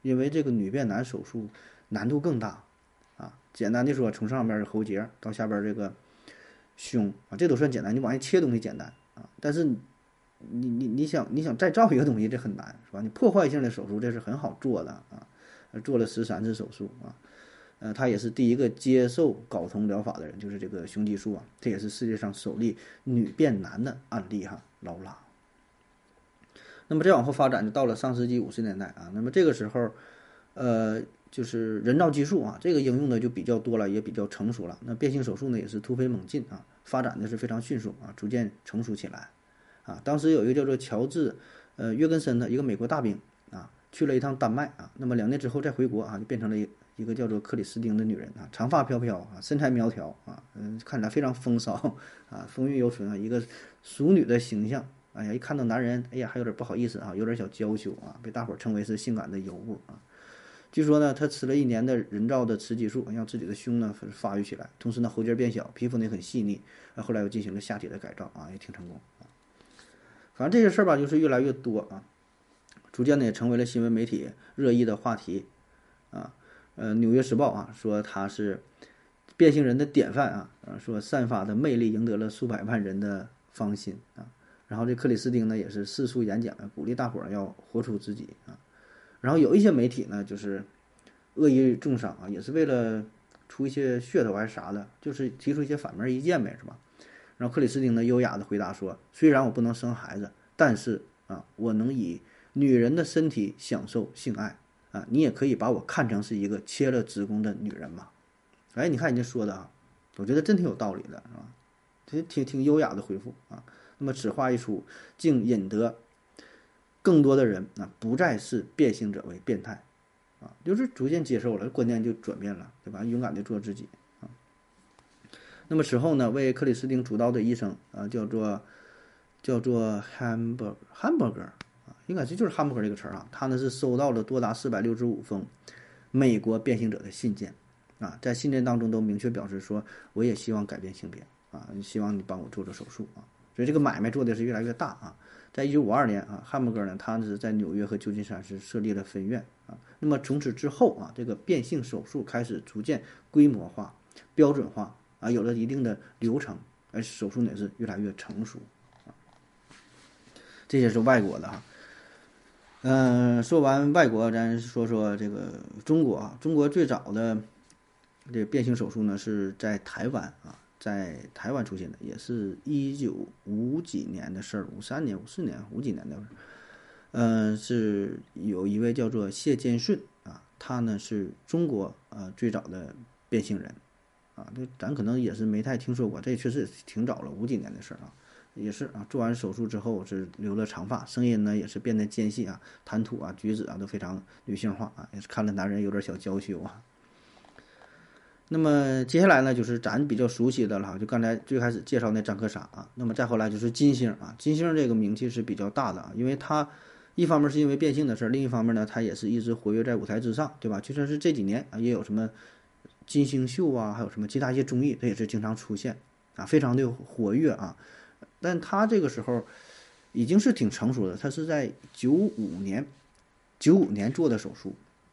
因为这个女变男手术难度更大啊。简单的说，从上边喉结到下边这个胸啊，这都算简单，你往下切东西简单啊，但是你想再造一个东西，这很难是吧？你破坏性的手术这是很好做的啊，做了13次手术啊。他也是第一个接受睾酮疗法的人，就是这个雄激素啊，这也是世界上首例女变男的案例哈，劳拉。那么再往后发展，就到了上世纪50年代啊，那么这个时候，就是人造激素啊，这个应用的就比较多了，也比较成熟了。那变性手术呢，也是突飞猛进啊，发展的是非常迅速啊，逐渐成熟起来啊。当时有一个叫做乔治约根森的一个美国大兵啊，去了一趟丹麦啊，那么2年之后再回国啊，就变成了一个叫做克里斯汀的女人啊，长发飘飘啊，身材苗条啊，看起来非常风骚啊，风韵犹存啊，一个淑女的形象。哎呀，一看到男人，哎呀，还有点不好意思啊，有点小娇羞啊，被大伙儿称为是性感的尤物啊。据说呢，他吃了1年的人造的雌激素，让自己的胸呢发育起来，同时呢喉结变小，皮肤呢也很细腻。后来又进行了下体的改造啊，也挺成功啊。反正这些事儿吧，就是越来越多啊，逐渐的也成为了新闻媒体热议的话题啊。纽约时报啊说他是变性人的典范啊，说散发的魅力赢得了数百万人的芳心啊。然后这克里斯汀呢也是四处演讲，鼓励大伙儿要活出自己啊。然后有一些媒体呢就是恶意重伤啊，也是为了出一些噱头还是啥的，就是提出一些反面意见呗，是吧？然后克里斯汀呢优雅的回答说，虽然我不能生孩子，但是啊，我能以女人的身体享受性爱啊，你也可以把我看成是一个切了子宫的女人嘛。哎，你看人家说的啊，我觉得真挺有道理的，是吧？挺优雅的回复啊。那么此话一出，竟引得更多的人啊不再视变性者为变态啊，就是逐渐接受了，观念就转变了，对吧？勇敢的做自己啊。那么此后呢，为克里斯汀主刀的医生啊，叫做Hamburger 啊，应该就是汉堡这个词啊，他呢是收到了多达465封美国变性者的信件啊，在信件当中都明确表示说，我也希望改变性别啊，希望你帮我做手术啊。所以这个买卖做的是越来越大啊。在1952年啊，汉姆格呢，他是在纽约和旧金山是设立了分院啊。那么从此之后啊，这个变性手术开始逐渐规模化、标准化啊，有了一定的流程，而手术呢也是越来越成熟啊。这些是外国的哈。说完外国，咱说说这个中国啊。中国最早的这个变性手术呢是在台湾啊。在台湾出现的，也是1950几年的事儿，53年、54年、50几年的事儿。是有一位叫做谢建顺啊，他呢是中国最早的变性人啊，这咱可能也是没太听说过，这确实挺早了，50几年的事儿啊，也是啊，做完手术之后是留了长发，声音呢也是变得尖细啊，谈吐啊、举止啊都非常女性化啊，也是看了男人有点小娇羞啊。那么接下来呢，就是咱比较熟悉的了，就刚才最开始介绍那张克沙啊，那么再后来就是金星啊，金星这个名气是比较大的啊，因为他一方面是因为变性的事儿，另一方面呢，他也是一直活跃在舞台之上，对吧？就算是这几年啊，也有什么金星秀啊，还有什么其他一些综艺，他也是经常出现啊，非常的活跃啊。但他这个时候已经是挺成熟的，他是在95年做的手术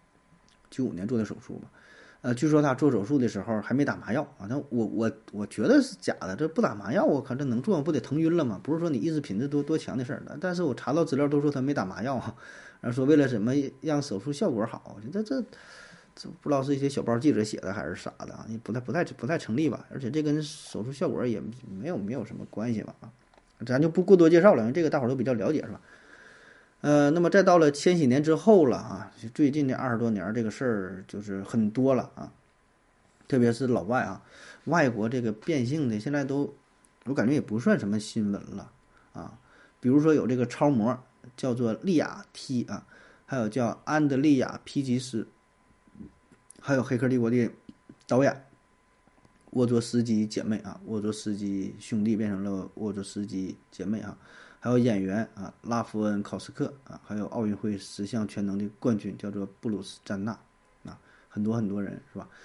，95年做的手术吧。据说他做手术的时候还没打麻药啊，那我觉得是假的，这不打麻药，我靠，这能做吗？不得疼晕了吗？不是说你意志品质多强的事儿了，但是我查到资料都说他没打麻药啊，然后说为了什么让手术效果好，这不知道是一些小报记者写的还是啥的啊，不太成立吧？而且这跟手术效果也没有什么关系吧？啊，咱就不过多介绍了，因为这个大伙儿都比较了解，是吧？那么再到了千禧年之后了啊，最近这20多年这个事儿就是很多了啊，特别是老外啊，外国这个变性的现在都，我感觉也不算什么新闻了啊。比如说有这个超模叫做利亚 T 啊，还有叫安德利亚皮吉斯，还有《黑客帝国》的导演沃卓斯基姐妹啊，沃卓斯基兄弟变成了沃卓斯基姐妹啊。还有演员啊，拉夫恩考斯克啊，还有奥运会10项全能的冠军叫做布鲁斯詹纳啊，很多人是吧？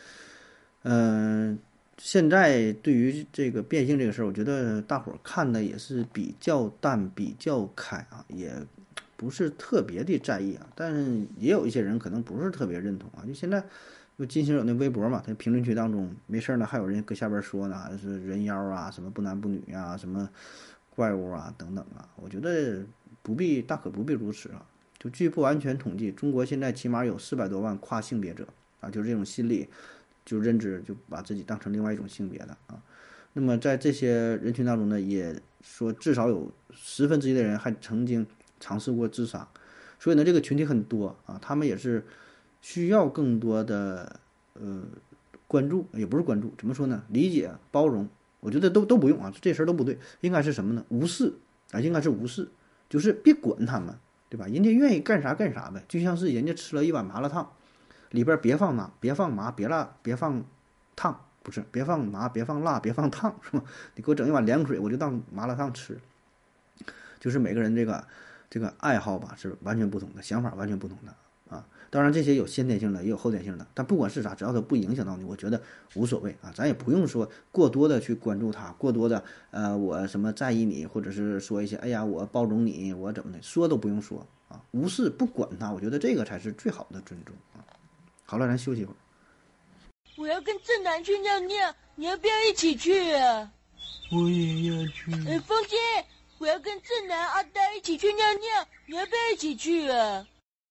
现在对于这个变性这个事儿，我觉得大伙儿看的也是比较淡、比较开啊，也不是特别的在意啊，但是也有一些人可能不是特别认同啊。就现在就金星有那微博嘛，他评论区当中没事呢，还有人搁下边说呢，是人妖啊，什么不男不女啊，什么怪物啊等等啊。我觉得大可不必如此啊。就据不完全统计，中国现在起码有400多万跨性别者啊，就是这种心理就认知就把自己当成另外一种性别的啊。那么在这些人群当中呢，也说至少有1/10的人还曾经尝试过自杀，所以呢，这个群体很多啊，他们也是需要更多的关注，也不是关注，怎么说呢？理解、包容，我觉得都不用啊，这事儿都不对，应该是什么呢？无视啊，应该是无视，就是别管他们，对吧？人家愿意干啥干啥呗，就像是人家吃了一碗麻辣烫，里边别放麻，别辣，别放烫。不是，别放麻，别放辣，别放烫，是吧？你给我整一碗凉水，我就当麻辣烫吃。就是每个人这个爱好吧，是完全不同的，想法完全不同的啊。当然，这些有先天性的，也有后天性的，但不管是啥，只要它不影响到你，我觉得无所谓啊。咱也不用说过多的去关注它，过多的我什么在意你，或者是说一些哎呀我包容你，我怎么的，说都不用说啊，无视不管它，我觉得这个才是最好的尊重啊。好了，咱休息一会儿。 我要跟正南去尿尿，你要不要一起去啊？ 我也要去。 风姐，我要跟正南、阿呆一起去尿尿，你要不要一起去啊？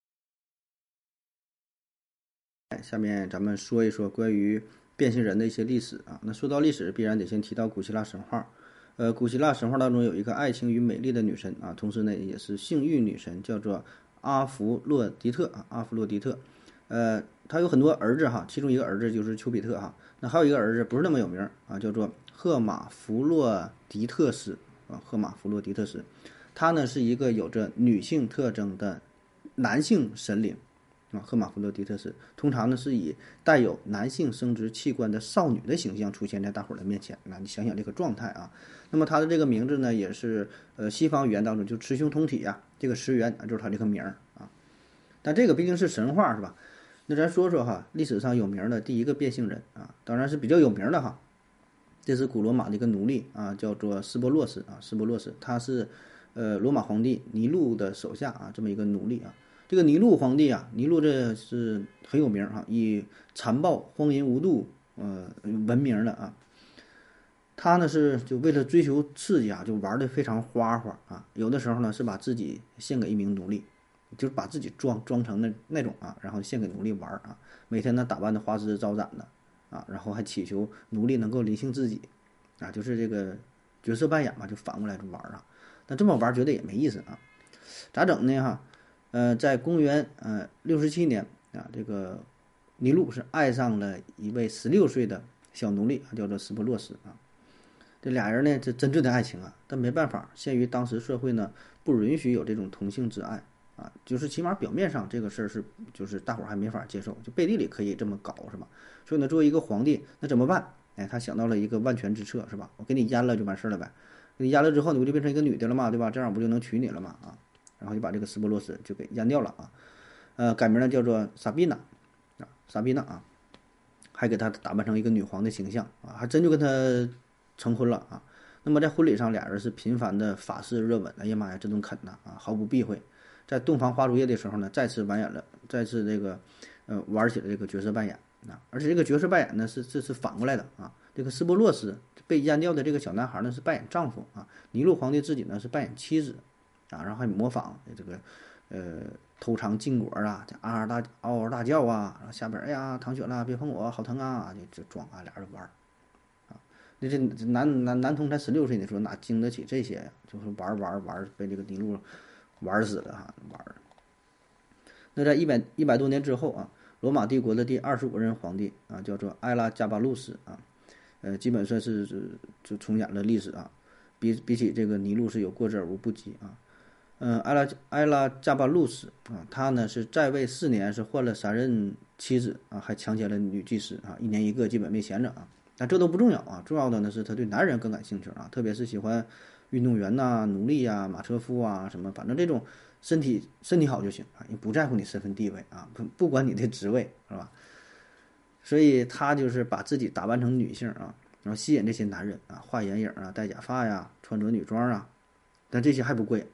下面咱们说一说关于变性人的一些历史啊。那说到历史，必然得先提到古希腊神话。古希腊神话当中有一个爱情与美丽的女神啊，同时呢也是性欲女神，叫做阿弗洛狄特啊。阿弗洛狄特，他有很多儿子哈，其中一个儿子就是丘比特哈。那还有一个儿子不是那么有名啊，叫做赫马弗洛狄特斯啊。赫马弗洛狄特斯，他呢是一个有着女性特征的男性神灵啊。赫马弗洛狄特斯通常呢是以带有男性生殖器官的少女的形象出现在大伙儿的面前。那你想想这个状态啊。那么他的这个名字呢，也是西方语言当中就雌雄同体啊，这个词源就是他这个名儿啊。但这个毕竟是神话是吧？那咱说说哈，历史上有名的第一个变性人啊，当然是比较有名的哈。这是古罗马的一个奴隶啊，叫做斯波洛斯啊。斯波洛斯他是罗马皇帝尼禄的手下啊，这么一个奴隶啊。这个尼禄皇帝啊，尼禄这是很有名哈，以残暴、荒淫无度闻名的啊。他呢是就为了追求刺激啊，就玩的非常花花啊。有的时候呢是把自己献给一名奴隶。就是把自己装成那种啊，然后献给奴隶玩啊，每天呢打扮的花枝招展的啊，然后还祈求奴隶能够临幸自己啊，就是这个角色扮演嘛，就反过来就玩啊。但这么玩觉得也没意思啊，咋整呢哈？在公元67年啊，这个尼禄是爱上了一位16岁的小奴隶啊，叫做斯波洛斯啊。这俩人呢，这真挚的爱情啊，但没办法，限于当时社会呢不允许有这种同性之爱。啊，就是起码表面上这个事儿是，就是大伙儿还没法接受，就背地里可以这么搞，是吧？所以呢，作为一个皇帝，那怎么办？哎，他想到了一个万全之策，是吧？我给你阉了就完事儿了呗。给你阉了之后，你不就变成一个女的了嘛，对吧？这样我不就能娶你了嘛？啊，然后就把这个斯波洛斯就给阉掉了啊。改名呢叫做萨宾娜啊，萨宾娜啊，还给他打扮成一个女皇的形象啊，还真就跟他成婚了啊。那么在婚礼上，俩人是频繁的法式热吻，哎呀妈呀，这顿啃呐啊，毫不避讳。在洞房花烛夜的时候呢，再次这个玩起了这个角色扮演啊，而且这个角色扮演呢是反过来的啊。这个斯波洛斯被阉掉的这个小男孩呢是扮演丈夫啊，尼禄皇帝自己呢是扮演妻子啊，然后还模仿这个偷尝禁果啊，嗷嗷大叫啊，然后下边哎呀唐雪啦别碰我好疼啊，就装啊，俩人玩啊。这男童才16岁，你说哪经得起这些呀？就是玩被这个尼禄玩死了哈，玩。那在一百多年之后啊，罗马帝国的第25任皇帝啊，叫做埃拉加巴路斯啊，基本算是就重演了历史啊，比起这个尼禄是有过之而无不及啊。埃拉加巴路斯啊，他呢是在位4年，是换了3任妻子啊，还强奸了女祭司啊，1年1个，基本没闲着啊。但这都不重要啊，重要的呢是他对男人更感兴趣啊，特别是喜欢运动员呐、奴隶呀、马车夫啊什么，反正这种身体好就行啊，也不在乎你身份地位啊，不管你的职位是吧？所以他就是把自己打扮成女性啊，然后吸引这些男人啊，画眼影啊，戴假发呀，穿着女装啊。但这些还不贵，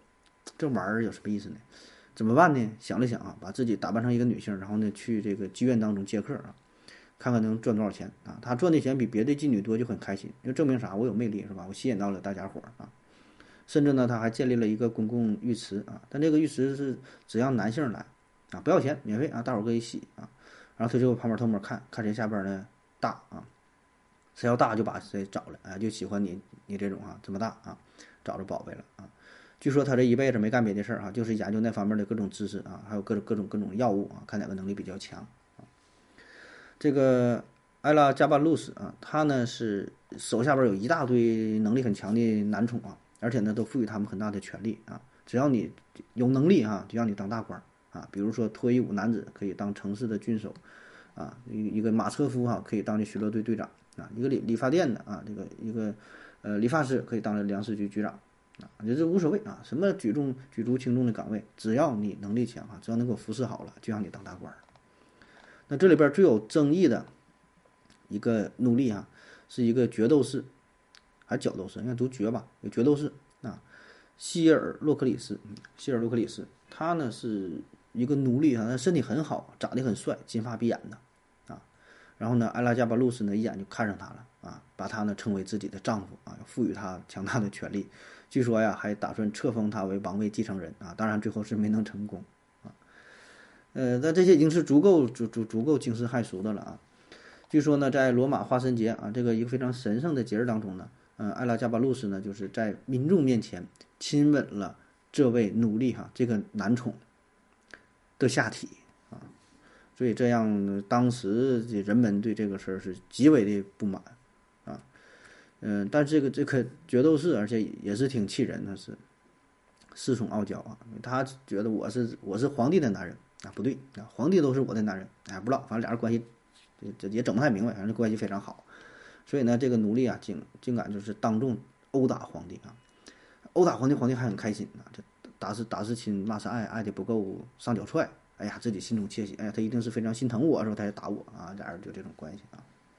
这玩意儿有什么意思呢？怎么办呢？想了想啊，把自己打扮成一个女性，然后呢去这个妓院当中接客啊，看看能赚多少钱啊。他赚的钱比别的妓女多，就很开心，因为证明啥？我有魅力是吧？我吸引到了大家伙啊。甚至呢，他还建立了一个公共浴池啊，但这个浴池是只让男性来啊，不要钱，免费啊，大伙儿可以洗啊。然后他就旁边偷摸看看谁下边呢大啊，谁要大就把谁找来，啊，就喜欢你这种啊这么大啊，找着宝贝了啊。据说他这一辈子没干别的事儿啊，就是研究那方面的各种知识啊，还有各种药物啊，看哪个能力比较强啊。这个埃拉加巴路斯啊，他呢是手下边有一大堆能力很强的男宠啊，而且呢都赋予他们很大的权利啊，只要你有能力啊，就让你当大官啊。比如说脱衣舞男子可以当城市的郡守啊，一个马车夫啊可以当这巡逻队队长啊，一个理发店的啊，这个一个理发师可以当这粮食局局长。啊，这无所谓啊，什么举足轻重的岗位，只要你能力强啊，只要能够服侍好了，就让你当大官。那这里边最有争议的一个奴隶啊，是一个角斗士，还角斗士，应该读角吧，有角斗士啊，希尔洛克里斯，他呢是一个奴隶啊，他身体很好，长得很帅，金发碧眼的啊。然后呢，埃拉加巴路斯呢一眼就看上他了啊，把他呢称为自己的丈夫啊，赋予他强大的权利。据说呀，还打算册封他为王位继承人啊，当然最后是没能成功啊。但这些已经是足够惊世骇俗的了啊。据说呢，在罗马化神节啊，这个一个非常神圣的节日当中呢，埃拉加巴路斯呢，就是在民众面前亲吻了这位奴隶哈，这个男宠的下体啊，所以这样当时的人们对这个事儿是极为的不满。但这个角斗士，而且也是挺气人，他是恃宠傲娇啊，他觉得我是皇帝的男人啊，不对啊，皇帝都是我的男人，哎，不知道，反正俩人关系这也整不太明白，反正关系非常好。所以呢，这个奴隶啊，竟敢就是当众殴打皇帝啊，殴打皇帝，皇帝还很开心啊，这打是亲，骂是爱，爱的不够上脚踹，哎呀，自己心中窃喜，哎呀，他一定是非常心疼我，是吧？他也打我啊，俩人就这种关系啊。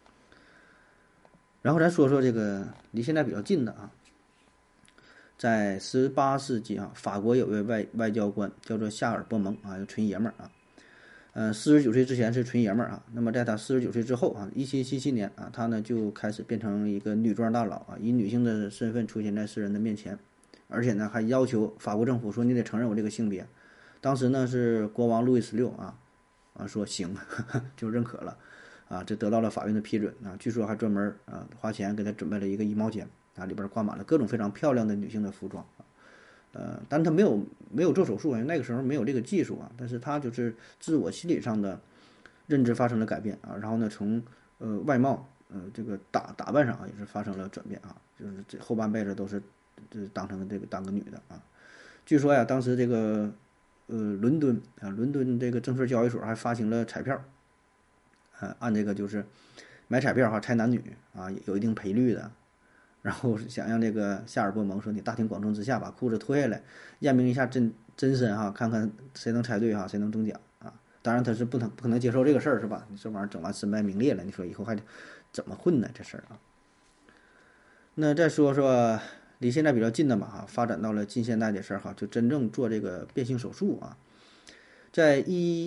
然后咱说说这个离现在比较近的啊，在18世纪啊，法国有一位外交官叫做夏尔波蒙啊，纯爷们儿啊，49岁之前是纯爷们儿啊，那么在他49岁之后啊，1777年啊，他呢就开始变成一个女装大佬啊，以女性的身份出现在世人的面前，而且呢还要求法国政府说你得承认我这个性别。当时呢是国王路易十六啊说行，就认可了。啊，这得到了法院的批准啊！据说还专门花钱给他准备了一个衣帽间啊，里边挂满了各种非常漂亮的女性的服装但他没有做手术啊，那个时候没有这个技术啊，但是他就是自我心理上的认知发生了改变啊，然后呢从外貌这个打扮上啊也是发生了转变啊，就是这后半辈子都是当个女的啊。据说呀，当时这个伦敦这个证券交易所还发行了彩票。按这个就是买彩票哈，猜男女啊，有一定赔率的。然后想让这个夏尔波蒙说，你大庭广众之下把裤子脱下来，验明一下真身哈，看看谁能猜对哈，谁能中奖啊。当然他是不可能接受这个事儿是吧？你这玩意儿整完身败名裂了，你说以后还怎么混呢？这事儿啊。那再说说离现在比较近的吧哈，发展到了近现代的事儿哈，就真正做这个变性手术啊。在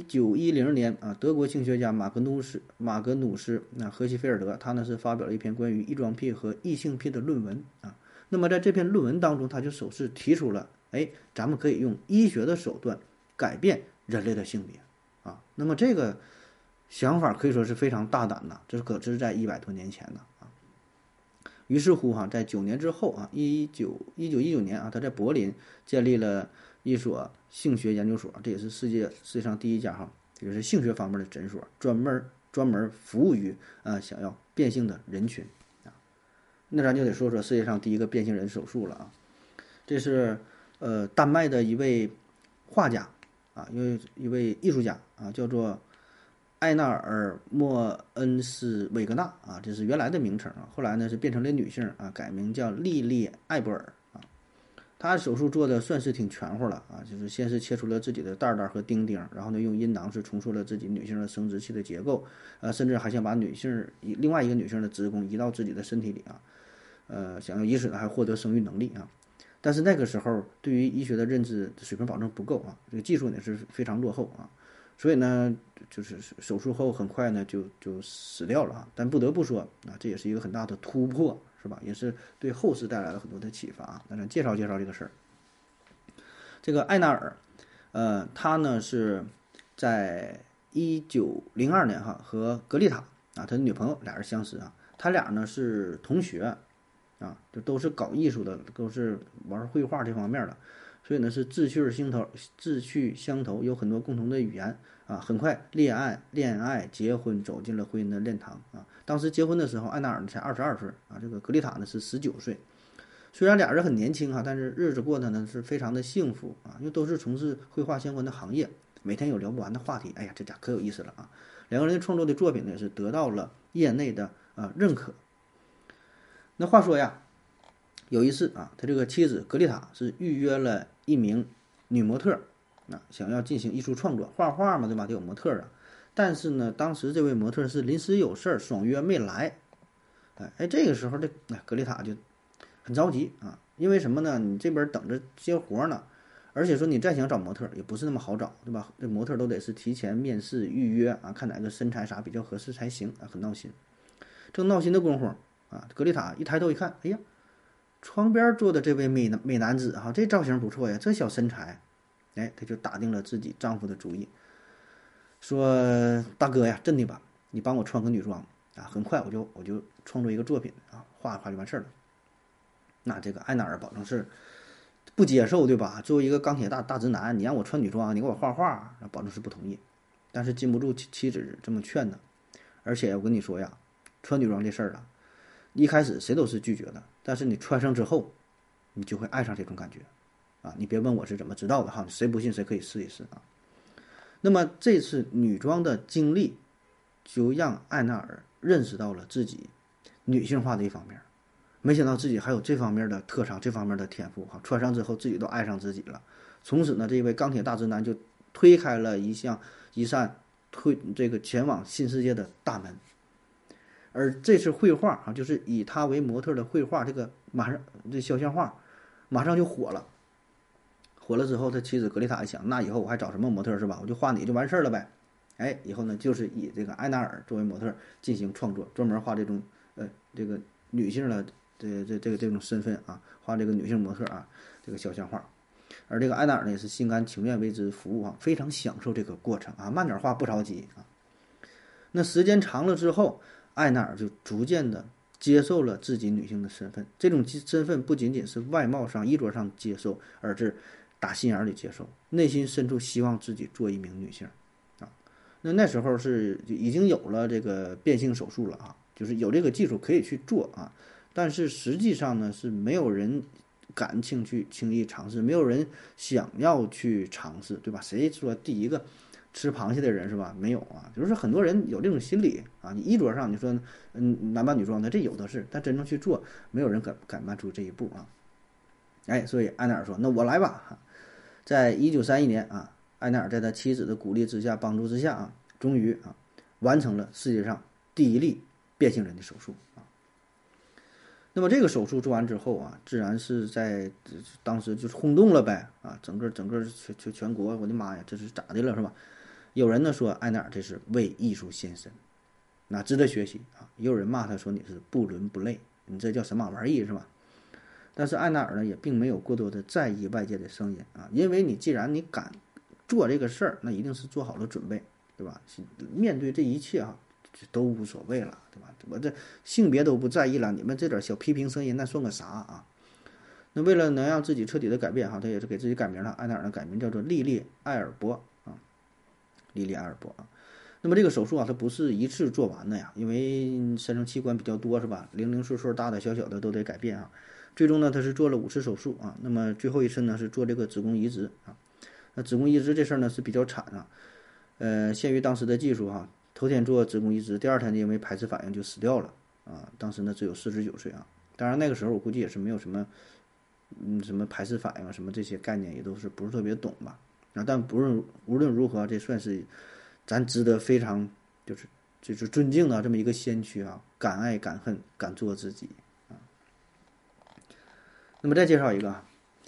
1910年啊，德国性学家马格努斯荷西菲尔德，他呢是发表了一篇关于异装癖和异性癖的论文啊。那么在这篇论文当中，他就首次提出了，咱们可以用医学的手段改变人类的性别啊。那么这个想法可以说是非常大胆的，这是在100多年前的啊。于是乎在9年之后啊，1919年啊，他在柏林建立了一所性学研究所，这也是世界上第一家也是性学方面的诊所，专门服务于想要变性的人群啊。那咱就得说说世界上第一个变性人手术了啊。这是丹麦的一位画家啊，一位艺术家啊，叫做艾纳尔莫恩斯韦格纳啊，这是原来的名称啊，后来呢是变成了女性啊，改名叫莉莉艾伯尔。他手术做的算是挺全乎了啊，就是先是切除了自己的蛋蛋和丁丁，然后呢用阴囊是重塑了自己女性的生殖器的结构，甚至还想把另外一个女性的子宫移到自己的身体里啊，想要以此呢还获得生育能力啊。 但是那个时候对于医学的认知水平保证不够啊，这个技术也是非常落后啊，所以呢，就是手术后很快呢就死掉了啊。但不得不说啊，这也是一个很大的突破，是吧？也是对后世带来了很多的启发啊。那咱介绍介绍这个事儿。这个艾纳尔，他呢是在1902年哈和格丽塔啊，他的女朋友俩人相识啊，他俩呢是同学。啊，就都是搞艺术的，都是玩绘画这方面的，所以呢是志趣相投，有很多共同的语言啊。很快恋爱、结婚，走进了婚姻的殿堂啊。当时结婚的时候，艾纳尔才22岁啊，这个格丽塔呢是19岁。虽然俩人很年轻哈，但是日子过得呢是非常的幸福啊，因为都是从事绘画相关的行业，每天有聊不完的话题。哎呀，这家可有意思了啊！两个人创作的作品呢是得到了业内的认可。那话说呀，有一次啊，他这个妻子格丽塔是预约了一名女模特，啊，想要进行艺术创作，画画嘛，对吧？得有模特啊。但是呢，当时这位模特是临时有事儿，爽约没来。这个时候这格丽塔就很着急啊，因为什么呢？你这边等着接活呢，而且说你再想找模特也不是那么好找，对吧？这模特都得是提前面试预约啊，看哪个身材啥比较合适才行啊，很闹心。正闹心的功夫啊，格丽塔一抬头一看，哎呀，窗边坐的这位美男子哈，这造型不错呀，这小身材，哎，他就打定了自己丈夫的主意，说大哥呀，真的吧，你帮我穿个女装啊，很快我就创作一个作品啊，画一画就完事儿了。那这个艾纳尔保证是不接受，对吧？作为一个钢铁大直男，你让我穿女装，你给我画画，那保证是不同意。但是禁不住妻子这么劝呢，而且我跟你说呀，穿女装这事儿啊，一开始谁都是拒绝的，但是你穿上之后，你就会爱上这种感觉啊！你别问我是怎么知道的哈，谁不信谁可以试一试啊。那么这次女装的经历，就让艾纳尔认识到了自己女性化的一方面，没想到自己还有这方面的特长，这方面的天赋哈！穿上之后自己都爱上自己了。从此呢，这位钢铁大直男就推开了一扇这个前往新世界的大门。而这次绘画啊，就是以他为模特的绘画，这个马上这肖像画马上就火了。火了之后，他妻子格丽塔一想，那以后我还找什么模特是吧？我就画你就完事儿了呗。哎，以后呢就是以这个艾纳尔作为模特进行创作，专门画这种这个女性的这种身份啊，画这个女性模特啊这个肖像画。而这个艾纳尔呢也是心甘情愿为之服务啊，非常享受这个过程啊，慢点画不着急啊。那时间长了之后，艾纳尔就逐渐的接受了自己女性的身份，这种身份不仅仅是外貌上、衣着上接受，而是打心眼里接受，内心深处希望自己做一名女性啊。那时候是已经有了这个变性手术了啊，就是有这个技术可以去做啊，但是实际上呢是没有人敢轻易尝试，没有人想要去尝试，对吧？谁说第一个吃螃蟹的人是吧？没有啊，就是很多人有这种心理啊。你衣着上你说男扮女装的这有的是，但真正去做，没有人敢迈出这一步啊。哎，所以艾纳尔说：“那我来吧。”在1931年啊，艾纳尔在他妻子的鼓励之下、帮助之下啊，终于啊完成了世界上第一例变性人的手术啊。那么这个手术做完之后啊，自然是在当时就是轰动了呗啊，整个全国，我的妈呀，这是咋的了是吧？有人呢说艾纳尔这是为艺术献身，那值得学习啊。也有人骂他说你是不伦不类，你这叫什么玩意是吧？但是艾纳尔呢也并没有过多的在意外界的声音啊，因为既然你敢做这个事儿，那一定是做好了准备，对吧？面对这一切啊，都无所谓了，对吧？我这性别都不在意了，你们这点小批评声音那算个啥啊？那为了能让自己彻底的改变哈，他也是给自己改名了，艾纳尔的改名叫做莉莉埃尔伯啊，莉莉埃尔伯啊。那么这个手术啊，它不是一次做完的呀，因为身上器官比较多是吧？零零碎碎大大小小的都得改变啊。最终呢，他是做了5次手术啊。那么最后一次呢是做这个子宫移植啊。那子宫移植这事儿呢是比较惨啊，限于当时的技术哈，头天做子宫移植，第二天因为排斥反应就死掉了啊。当时呢只有49岁啊。当然那个时候我估计也是没有什么什么排斥反应啊，什么这些概念也都是不是特别懂吧啊。但无论如何，这算是咱值得非常就是尊敬的这么一个先驱啊，敢爱敢恨敢做自己啊。那么再介绍一个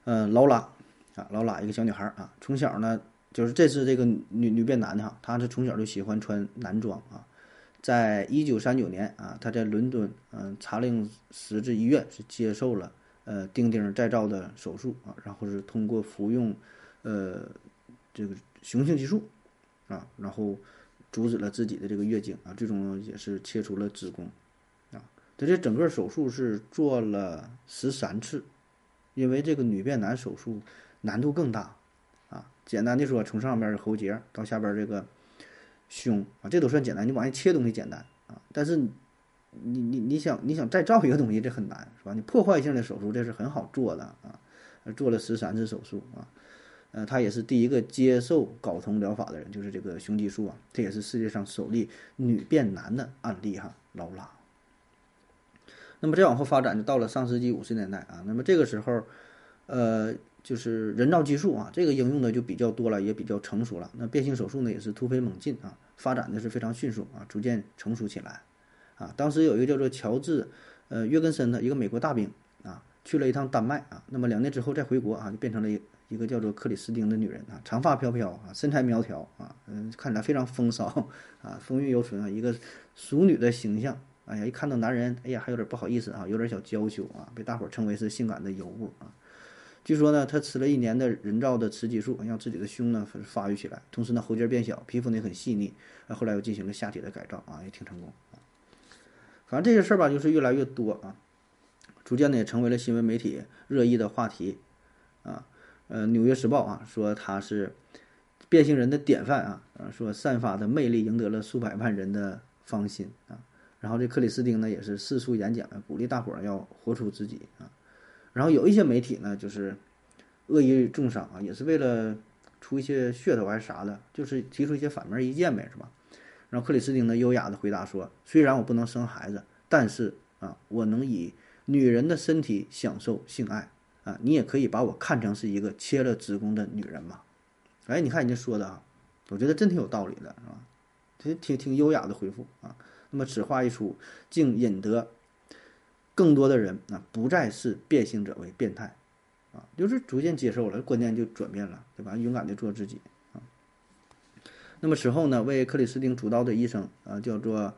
劳拉啊，劳拉一个小女孩啊，从小呢就是这是这个女变男的哈，她是从小就喜欢穿男装啊。在1939年啊，她在伦敦查令实质医院是接受了丁丁再造的手术啊，然后是通过服用这个雄性激素啊，然后阻止了自己的这个月经啊，最终也是切除了子宫啊。这整个手术是做了13次，因为这个女变男手术难度更大啊。简单的说，从上边的喉结到下边这个胸啊，这都算简单，你往下切东西简单啊，但是你想再造一个东西，这很难是吧？你破坏性的手术这是很好做的啊，做了13次手术啊。他也是第一个接受睾酮疗法的人，就是这个雄激素啊，这也是世界上首例女变男的案例哈，劳拉。那么再往后发展，就到了上世纪50年代啊，那么这个时候，就是人造激素啊，这个应用的就比较多了，也比较成熟了。那变性手术呢，也是突飞猛进啊，发展的是非常迅速啊，逐渐成熟起来啊。当时有一个叫做乔治约根森的一个美国大兵啊，去了一趟丹麦啊，那么2年之后再回国啊，就变成了一个叫做克里斯汀的女人啊，长发飘飘啊，身材苗条啊，看起来非常风骚啊，风韵犹存啊，一个淑女的形象。哎呀，一看到男人，哎呀，还有点不好意思啊，有点小娇羞啊，被大伙儿称为是性感的尤物啊。据说呢，她吃了1年的人造的雌激素，让自己的胸呢发育起来，同时呢喉结变小，皮肤呢很细腻。后来又进行了下体的改造啊，也挺成功啊。反正这些事儿吧，就是越来越多啊，逐渐的也成为了新闻媒体热议的话题啊。纽约时报啊说他是变性人的典范啊，说散发的魅力赢得了数百万人的芳心啊。然后这克里斯汀呢也是四处演讲，鼓励大伙儿要活出自己啊。然后有一些媒体呢就是恶意重伤啊，也是为了出一些噱头还是啥的，就是提出一些反面意见呗，是吧？然后克里斯汀呢优雅的回答说，虽然我不能生孩子，但是啊，我能以女人的身体享受性爱啊，你也可以把我看成是一个切了子宫的女人嘛。哎，你看人家说的啊，我觉得真挺有道理的，是吧？挺优雅的回复啊。那么此话一出，竟引得更多的人啊不再是变性者为变态啊，就是逐渐接受了，观念就转变了，对吧？勇敢的做自己啊。那么此后呢，为克里斯汀主刀的医生啊，叫做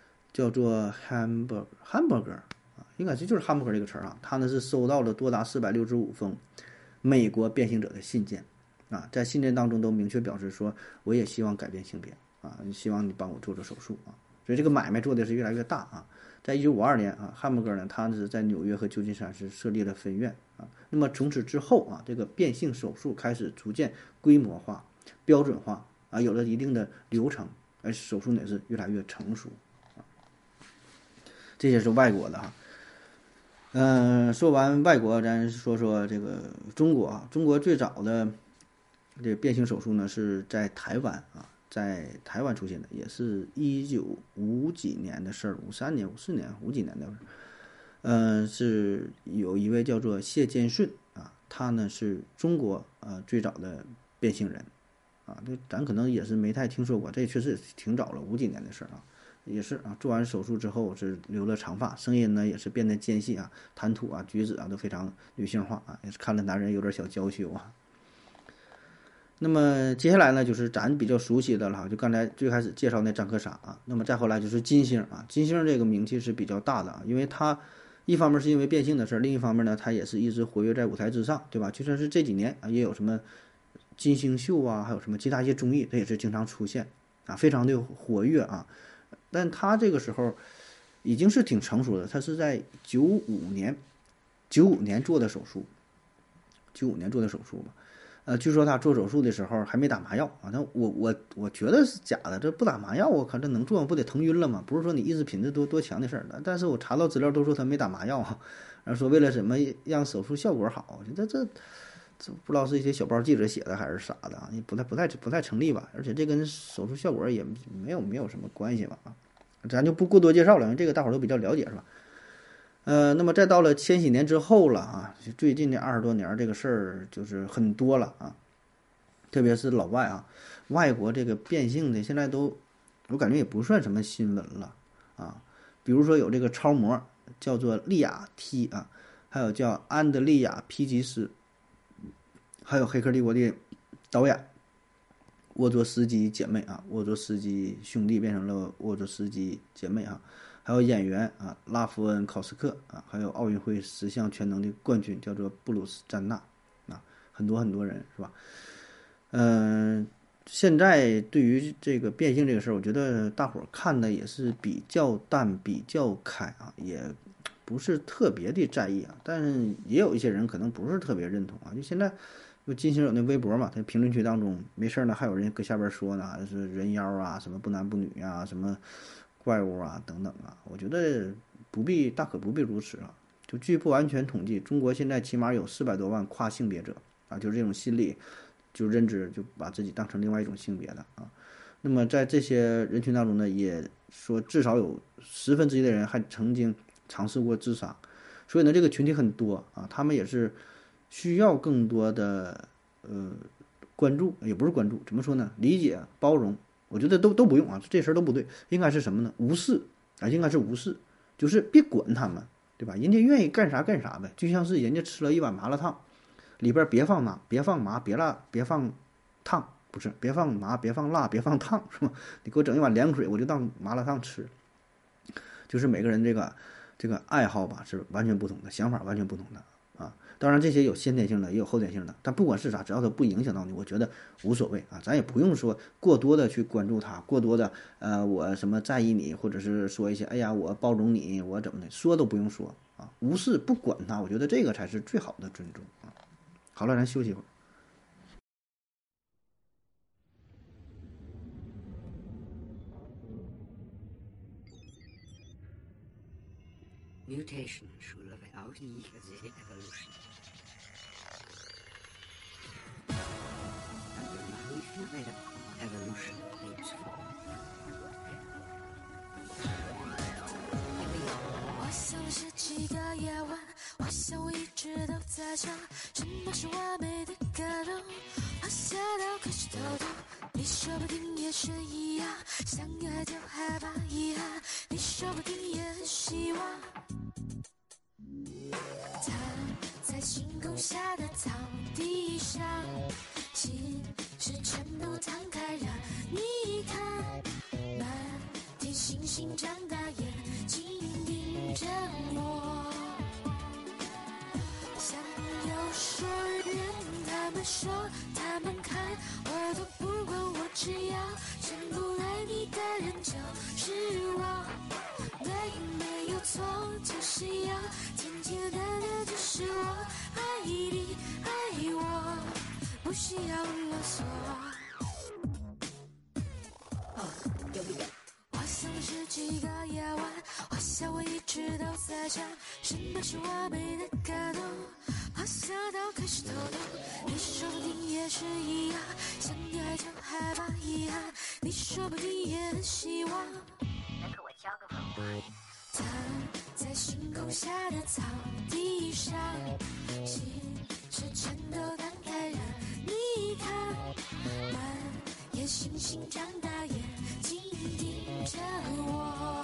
Hamburger 啊，应该就是 Hamburger 这个词啊，他呢是收到了多达465封美国变性者的信件啊，在信件当中都明确表示说，我也希望改变性别啊，希望你帮我做手术啊。所以这个买卖做的是越来越大啊。在1952年啊，汉姆格呢，他是在纽约和旧金山是设立了分院啊。那么从此之后啊，这个变性手术开始逐渐规模化、标准化啊，有了一定的流程，而手术呢也是越来越成熟啊。这些是外国的哈。说完外国，咱说说这个中国啊。中国最早的这个变性手术呢是在台湾啊。在台湾出现的，也是1950几年的事儿，53年、54年、50几年的事儿。是有一位叫做谢建顺啊，他呢是中国最早的变性人啊，这咱可能也是没太听说过，这确实挺早了，50几年的事儿啊，也是啊，做完手术之后是留了长发，声音呢也是变得尖细啊，谈吐啊、举止啊都非常女性化啊，也是看了男人有点小娇羞啊。那么接下来呢，就是咱比较熟悉的了，就刚才最开始介绍那张克莎啊，那么再后来就是金星啊，金星这个名气是比较大的啊，因为他一方面是因为变性的事儿，另一方面呢，他也是一直活跃在舞台之上，对吧？就算是这几年啊，也有什么金星秀啊，还有什么其他一些综艺，他也是经常出现啊，非常的活跃啊。但他这个时候已经是挺成熟的，他是在95年做的手术，95年做的手术吧。据说他做手术的时候还没打麻药啊，那我觉得是假的，这不打麻药，我靠，这能做吗？不得疼晕了吗？不是说你意志品质多强的事儿，但是我查到资料都说他没打麻药啊，然后说为了什么让手术效果好，这不知道是一些小报记者写的还是啥的啊，不太成立吧？而且这跟手术效果也没有什么关系吧？啊，咱就不过多介绍了，因为这个大伙儿都比较了解，是吧？那么再到了千禧年之后了啊，最近这20多年这个事儿就是很多了啊，特别是老外啊，外国这个变性的现在都，我感觉也不算什么新闻了啊。比如说有这个超模叫做利亚 T 啊，还有叫安德利亚皮吉斯还有《黑客帝国》的导演沃卓斯基姐妹啊，沃卓斯基兄弟变成了沃卓斯基姐妹啊，还有演员啊拉夫恩考斯克啊，还有奥运会10项全能的冠军叫做布鲁斯詹纳啊，很多很多人是吧？现在对于这个变性这个事儿，我觉得大伙儿看的也是比较淡、比较开啊，也不是特别的在意啊。但是也有一些人可能不是特别认同啊。就现在，就金星有那微博嘛，他评论区当中没事儿呢，还有人搁下边说呢，是人妖啊，什么不男不女啊，什么怪物啊等等啊。我觉得大可不必如此啊。就据不完全统计，中国现在起码有400多万跨性别者啊，就是这种心理。就认知就把自己当成另外一种性别的啊，那么在这些人群当中呢，也说至少有1/10的人还曾经尝试过自杀，所以呢，这个群体很多啊，他们也是需要更多的关注，也不是关注，怎么说呢？理解、包容，我觉得都不用啊，这事儿都不对，应该是什么呢？无视啊，应该是无视，就是别管他们，对吧？人家愿意干啥干啥呗，就像是人家吃了一碗麻辣烫。里边别放麻，别辣，别放烫，不是，别放麻，别放辣，别放烫，是吧？你给我整一碗凉水，我就当麻辣烫吃。就是每个人这个爱好吧，是完全不同的，想法完全不同的啊。当然这些有先天性的，也有后天性的，但不管是啥，只要它不影响到你，我觉得无所谓啊。咱也不用说过多的去关注它，过多的我什么在意你，或者是说一些哎呀我包容你，我怎么的，说都不用说啊，无视不管它，我觉得这个才是最好的尊重啊。好了，咱休息一会儿。 Mutation should have out the evolution. And the knowledge of evolution takes form. 我想了10几个夜晚，我想我一直都在想，什么是完美的感动。我下到开始头痛，你说不定也是一样，相爱就害怕遗憾，你说不定也很希望。他在星空下的草地上，心事全部摊开让你看，满天星星张大眼睛盯着我。像有说人，他们说他们看，我都不管，我只要全部爱你的人就是我。对，没有错，就是要简简单单，就是我爱你爱我，不需要啰嗦。我想了10几个夜晚，我想我一直都在想，什么是完美的感动。我想到开始头痛，你说不定也是一样，相爱就害怕遗憾，你说不定也很希望。 能给我交个朋友？ 他在星空下的草地上，心事全都摊开让你看，满眼星星张大眼睛盯着我。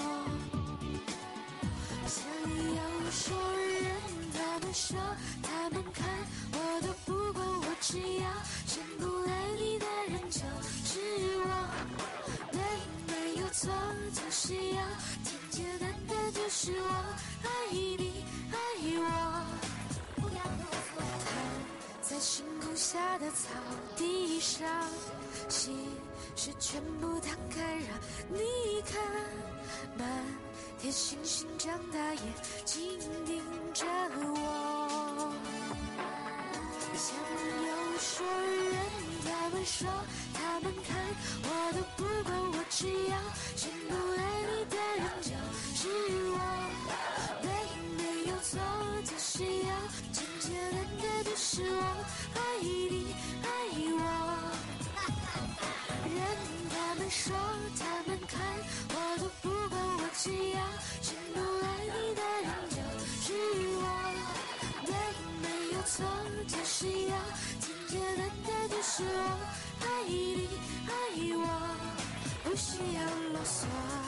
像有说人，他们说他们看，我都不管，我只要全部爱你的人就是我。对，没有错，就是要简简单单，就是我爱你爱我。他在星空下的草地上，心事全部摊开让你看，满天星星张大眼睛盯着我。像有说人，他们说他们看，我都不管，我只要全部爱你的人就是我。对，没有错，就是要简简单单，就是我爱你爱我。人他们说他们看，我都不管，我只要全部爱你的人就是我。对，没有错，就是要简简单单，就是我爱你爱我，不需要啰嗦。